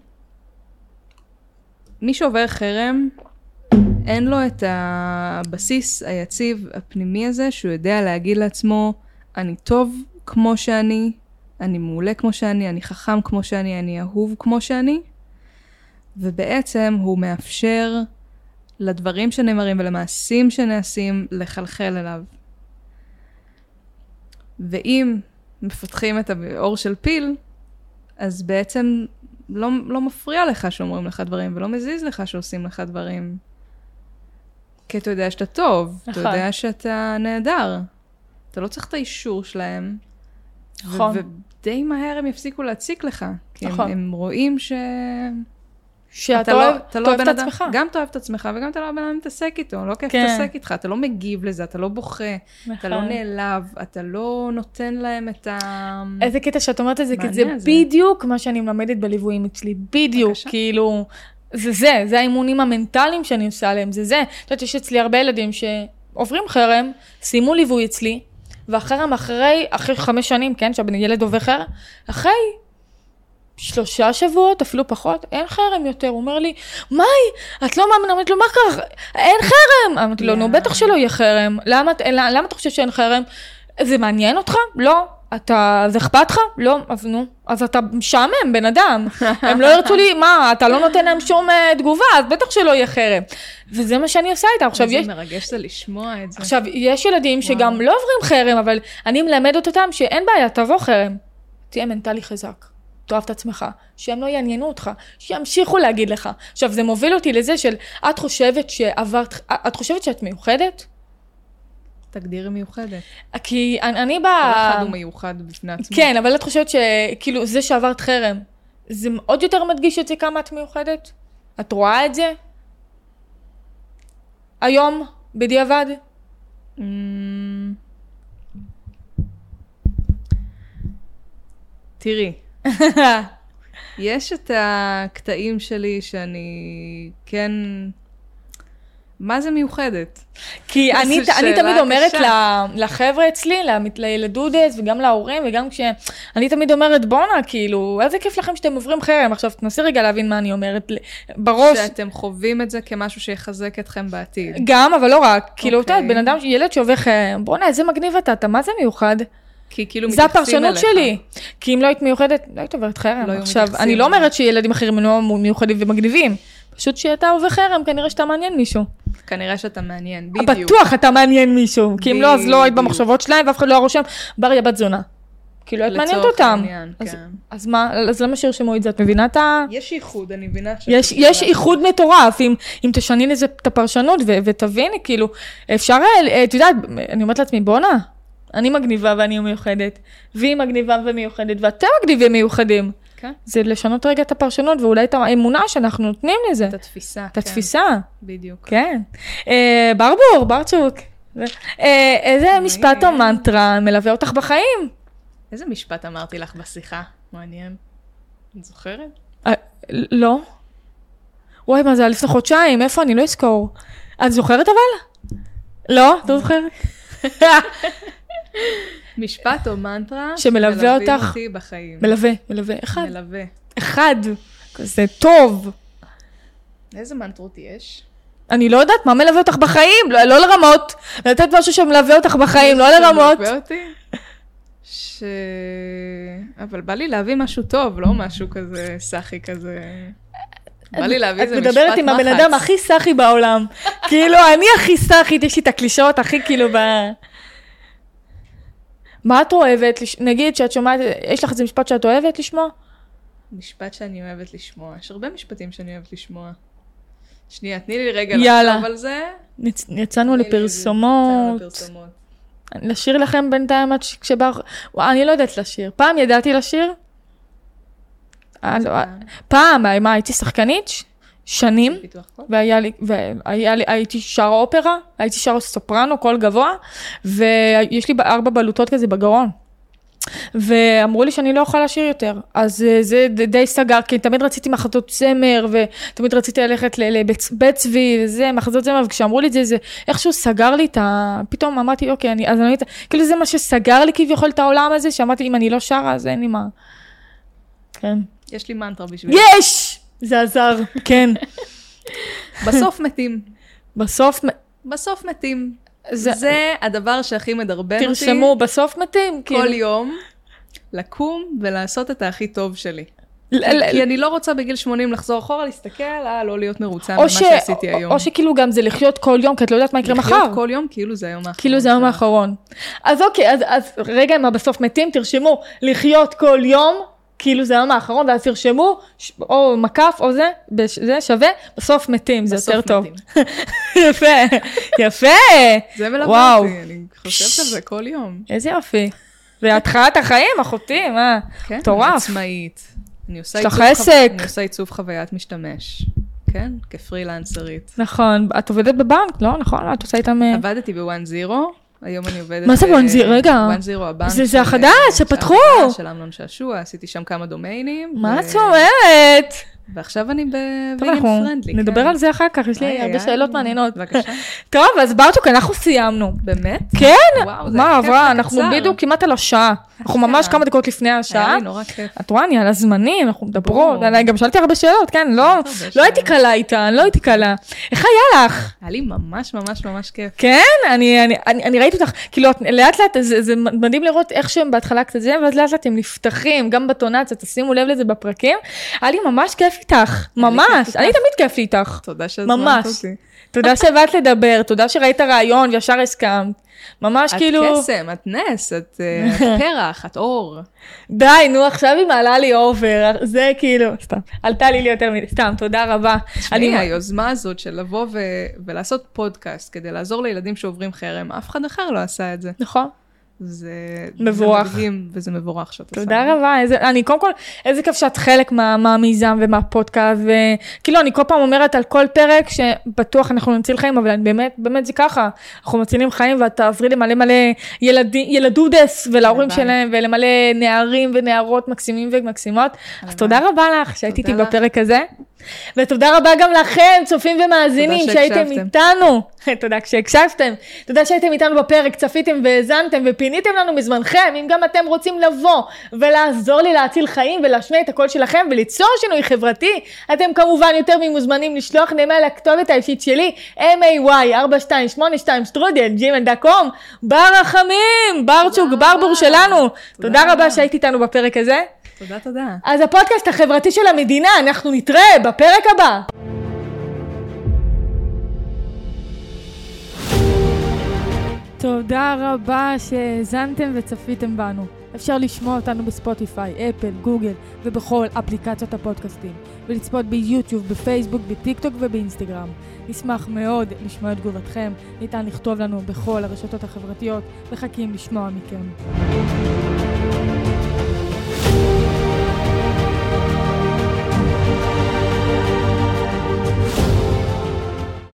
מי שעובר חרם, אין לו את הבסיס היציב הפנימי הזה, שהוא יודע להגיד לעצמו, אני טוב כמו שאני, אני מעולה כמו שאני, אני חכם כמו שאני, אני אהוב כמו שאני, ובעצם הוא מאפשר לדברים שנאמרים ולמעשים שנעשים לחלחל אליו. ואם מפתחים את האור של פיל, אז בעצם לא, לא מפריע לך שאומרים לך דברים, ולא מזיז לך שעושים לך דברים. כי אתה יודע שאתה טוב, אתה יודע שאתה נהדר. אתה לא צריך את האישור שלהם. נכון. ודי מהר הם יפסיקו להציק לך. כי הם, הם רואים ש... שאתה לא, לא אוהב את עצמך. גם אתה אוהב את עצמך, וגם אתה לא בן אדם מתעסק איתו, לא כיף להתעסק איתך, אתה לא מגיב לזה, אתה לא בוכה, אתה לא נעלב, אתה לא נותן להם את ה... איזה קטע שאת אומרת את זה, כי זה בדיוק מה שאני מלמדת בליוויים אצלי, בדיוק, כאילו, זה זה, זה האימונים המנטליים שאני עושה עליהם, זה זה. את יודעת, יש אצלי הרבה ילדים שעוברים חרם, סיימו ליווי אצלי, והחרם אחרי, אחרי חמש שנים, כן, שהבן ילד עובר חרם, אחרי שלושה שבועות, אפילו פחות, אין חרם יותר. הוא אומר לי, מאי, את לא מאמינה, אמרתי לו, מה קרה? אין חרם. אמרתי לו, נו, בטח שלא יהיה חרם. למה, למה אתה חושב שאין חרם? זה מעניין אותך? לא. אתה, זה אכפת לך? לא. אז נו, אז אתה משעמם, בן אדם. הם לא ירצו לי, מה, אתה לא נותן להם שום תגובה, אז בטח שלא יהיה חרם. וזה מה שאני עושה איתה. עכשיו, יש... זה מרגש זה לשמוע את זה. עכשיו, יש ילדים שגם לא עוברים חרם, אבל אני מלמדת אותם שאין בעיה, תבוא חרם. תהיה מנטלי חזק. תאהב את עצמך, שהם לא יעניינו אותך, שימשיכו להגיד לך. עכשיו, זה מוביל אותי לזה של, את חושבת שעברת, את חושבת שאת מיוחדת? תגדירי מיוחדת. כי אני, אני ב... כל אחד הוא מיוחד בפני עצמו. כן, אבל את חושבת שכאילו, זה שעברת חרם, זה עוד יותר מדגיש את זה כמה את מיוחדת? את רואה את זה? היום, בדיעבד? Mm... תראי. יש את הקטעים שלי שאני כן... מה זה מיוחדת? כי אני, אני תמיד אומרת לחבר'ה אצלי, לילדודס וגם להורים, וגם כשאני תמיד אומרת, בונה, כאילו, איזה כיף לכם שאתם עוברים חרם. עכשיו, תנסי רגע להבין מה אני אומרת בראש. שאתם חווים את זה כמשהו שיחזק אתכם בעתיד. גם, אבל לא רק. כאילו, אתה יודע, בן אדם, ילד שעובר חרם, בונה, איזה מגניב אתה, אתה מה זה מיוחד? כי כאילו זה הפרשנות שלי. כי אם לא היית מיוחדת, לא היית עוברת חרם. עכשיו, אני לא אומרת שילדים אחרים לא מיוחדים ומגניבים. פשוט שאתה עובר חרם, כנראה שאתה מעניין מישהו. כנראה שאתה מעניין, בדיוק. בטוח אתה מעניין מישהו. כי אם לא, אז לא היית במחשבות שלהם, ואף אחד לא הרושם, בריה בת זונה. כאילו, את מעניינת אותם. אז מה, אז למה שירשמו את זה? את מבינה את ה... יש איחוד, אני מבינה. יש איחוד מטורף, אם תשני לזה את הפרשנות, ותביני, כאילו, אפשר, את יודעת, אני אומרת לעצמי, בונה, אני מגניבה ואני מיוחדת, והיא מגניבה ומיוחדת, ואתם מגניבים מיוחדים. כן. זה לשנות רגע את הפרשנות, ואולי את האמונה שאנחנו נותנים לזה. את התפיסה. את התפיסה. בדיוק. כן. ברבור, ברצ'וק. איזה משפט או מנטרה מלווה אותך בחיים? איזה משפט אמרתי לך בשיחה? מעניין. את זוכרת? לא. וואי, מה זה היה לפני חודשיים? איפה אני? לא אזכור. את זוכרת אבל? לא? את לא זוכרת? משפט או מנטרה שמלווה אותך. אותי בחיים. מלווה, מלווה. אחד. מלווה. אחד. כזה טוב. איזה מנטרות יש? אני לא יודעת מה מלווה אותך בחיים, לא, לא לרמות. לתת משהו שמלווה אותך בחיים, לא לרמות. שמלווה אותי? ש... אבל בא לי להביא משהו טוב, לא משהו כזה סחי כזה... בא לי להביא איזה משפט מחץ. את מדברת עם הבן אדם הכי סחי בעולם. כאילו, אני הכי סחית, יש לי את הקלישאות הכי כאילו ב... מה את אוהבת? נגיד שאת שומעת, יש לך איזה משפט שאת אוהבת לשמוע? משפט שאני אוהבת לשמוע. יש הרבה משפטים שאני אוהבת לשמוע. שנייה, תני לי רגע לחשוב על זה. יצאנו לפרסומות. יצאנו לפרסומות. לשיר לכם בינתיים עד כשבא... אני לא יודעת לשיר. פעם ידעתי לשיר. פעם, מה, הייתי שחקנית שנים, והיה לי, והיה לי, הייתי שר אופרה, הייתי שר סופרנו, קול גבוה, ויש לי ארבע בלוטות כזה בגרון. ואמרו לי שאני לא אוכל לשיר יותר. אז זה די סגר, כי תמיד רציתי מחזות זמר, ותמיד רציתי ללכת לבית צבי, וזה, מחזות זמר, וכשאמרו לי את זה, זה איכשהו סגר לי את ה... פתאום אמרתי, אוקיי, אני, אז אני, כאילו זה מה שסגר לי כביכול את העולם הזה, שאמרתי, אם אני לא שרה, אז אין לי מה. כן. יש לי מנטרה בשביל. יש! זה עזר, כן. בסוף מתים. בסוף... בסוף מתים. זה, זה הדבר שהכי מדרבן אותי. תרשמו, בסוף מתים. כל כאילו. יום, לקום ולעשות את הכי טוב שלי. ל- כי ל- אני לא רוצה בגיל שמונים לחזור אחורה, להסתכל, אה, לא להיות מרוצה ממה ש- שעשיתי או, היום. או שכאילו גם זה לחיות כל יום, כי את לא יודעת מה יקרה מחר. לחיות כל יום, כאילו זה היום האחרון. כאילו זה היום האחרון. אז אוקיי, אז, אז רגע, מה בסוף מתים, תרשמו, לחיות כל יום, כאילו זה היום האחרון, ואז תרשמו, או מקף, או זה, זה שווה, בסוף מתים, זה יותר טוב. יפה, יפה. זה מלווה אותי, אני חושבת על זה כל יום. איזה יופי. והתחלת החיים, אחותי, מה? כן, טורף. עצמאית. אני עושה עיצוב חוויית משתמש. כן, כפרילנסרית. נכון, את עובדת בבנק, לא? נכון, את עושה איתם... עבדתי בוואן זירו. היום אני עובדת... מה זה וואן זירו? רגע. וואן זירו הבנק. זה החדש, שפתחו. של אמנון שעשוע, עשיתי שם כמה דומיינים. מה את אומרת? ועכשיו אני בוויגן פרנדלי. נדבר על זה אחר כך, יש לי הרבה שאלות מעניינות. בבקשה. טוב, אז ברצ'וק, אנחנו סיימנו. באמת? כן. מה עברה? אנחנו בדיוק כמעט על השעה. אנחנו ממש כמה דקות לפני השעה. היה לי נורא כיף. את רואה, אני על הזמנים, אנחנו מדברות. אני גם שאלתי הרבה שאלות, כן? לא הייתי קלה איתה, לא הייתי קלה. איך היה לך? היה לי ממש ממש ממש כיף. כן? אני ראיתי אותך, כאילו, לאט לאט, זה מדהים לראות איך שהם בהתחלה קצת זה, ואז לאט לאט הם נפתחים, גם בטונציה, תשימו לב לזה בפרקים. היה לי ממש כיף איתך, ממש. אני תמיד כיף לי איתך. תודה שהזמנת אותי. תודה שבאת לדבר, תודה שראית רעיון וישר הסכמת. ממש כאילו... את קסם, את נס, את פרח, את אור. די, נו, עכשיו היא מעלה לי אובר, זה כאילו, סתם, עלתה לי לי יותר מדי, סתם, תודה רבה. תשמעי, היוזמה הזאת של לבוא ולעשות פודקאסט, כדי לעזור לילדים שעוברים חרם, אף אחד אחר לא עשה את זה. נכון. זה מבורך. מדהים, וזה מבורך שאת עושה. תודה רבה, אני קודם כל, איזה כיף שאת חלק מהמיזם ומהפודקאסט, וכאילו אני כל פעם אומרת על כל פרק שבטוח אנחנו נציל חיים, אבל באמת, באמת זה ככה, אנחנו מצילים חיים ואת תעזרי למלא מלא ילדודס ולהורים שלהם, ולמלא נערים ונערות מקסימים ומקסימות, אז תודה רבה לך שהייתי איתי בפרק הזה. ותודה רבה גם לכם, צופים ומאזינים, שהייתם איתנו. תודה כשהקשבתם. תודה שהייתם איתנו בפרק, צפיתם והזנתם ופיניתם לנו מזמנכם. אם גם אתם רוצים לבוא ולעזור לי להציל חיים ולהשמיע את הקול שלכם וליצור שינוי חברתי, אתם כמובן יותר ממוזמנים לשלוח לי מייל לכתובת האישית שלי, אם איי וואי ארבע שתיים שמונה שתיים סטרודל ג'ימייל דוט קום. בר רחמים, ברצ'וק, ברבור שלנו. תודה רבה שהייתי איתנו בפרק הזה. תודה, תודה. אז הפודקאסט החברתי של המדינה, אנחנו נתראה בפרק הבא. תודה רבה שהזנתם וצפיתם בנו. אפשר לשמוע אותנו בספוטיפיי, אפל, גוגל ובכל אפליקציות הפודקאסטים. ולצפות ביוטיוב, בפייסבוק, בטיקטוק ובאינסטגרם. נשמח מאוד לשמוע את תגובתכם. ניתן לכתוב לנו בכל הרשתות החברתיות. מחכים לשמוע מכם.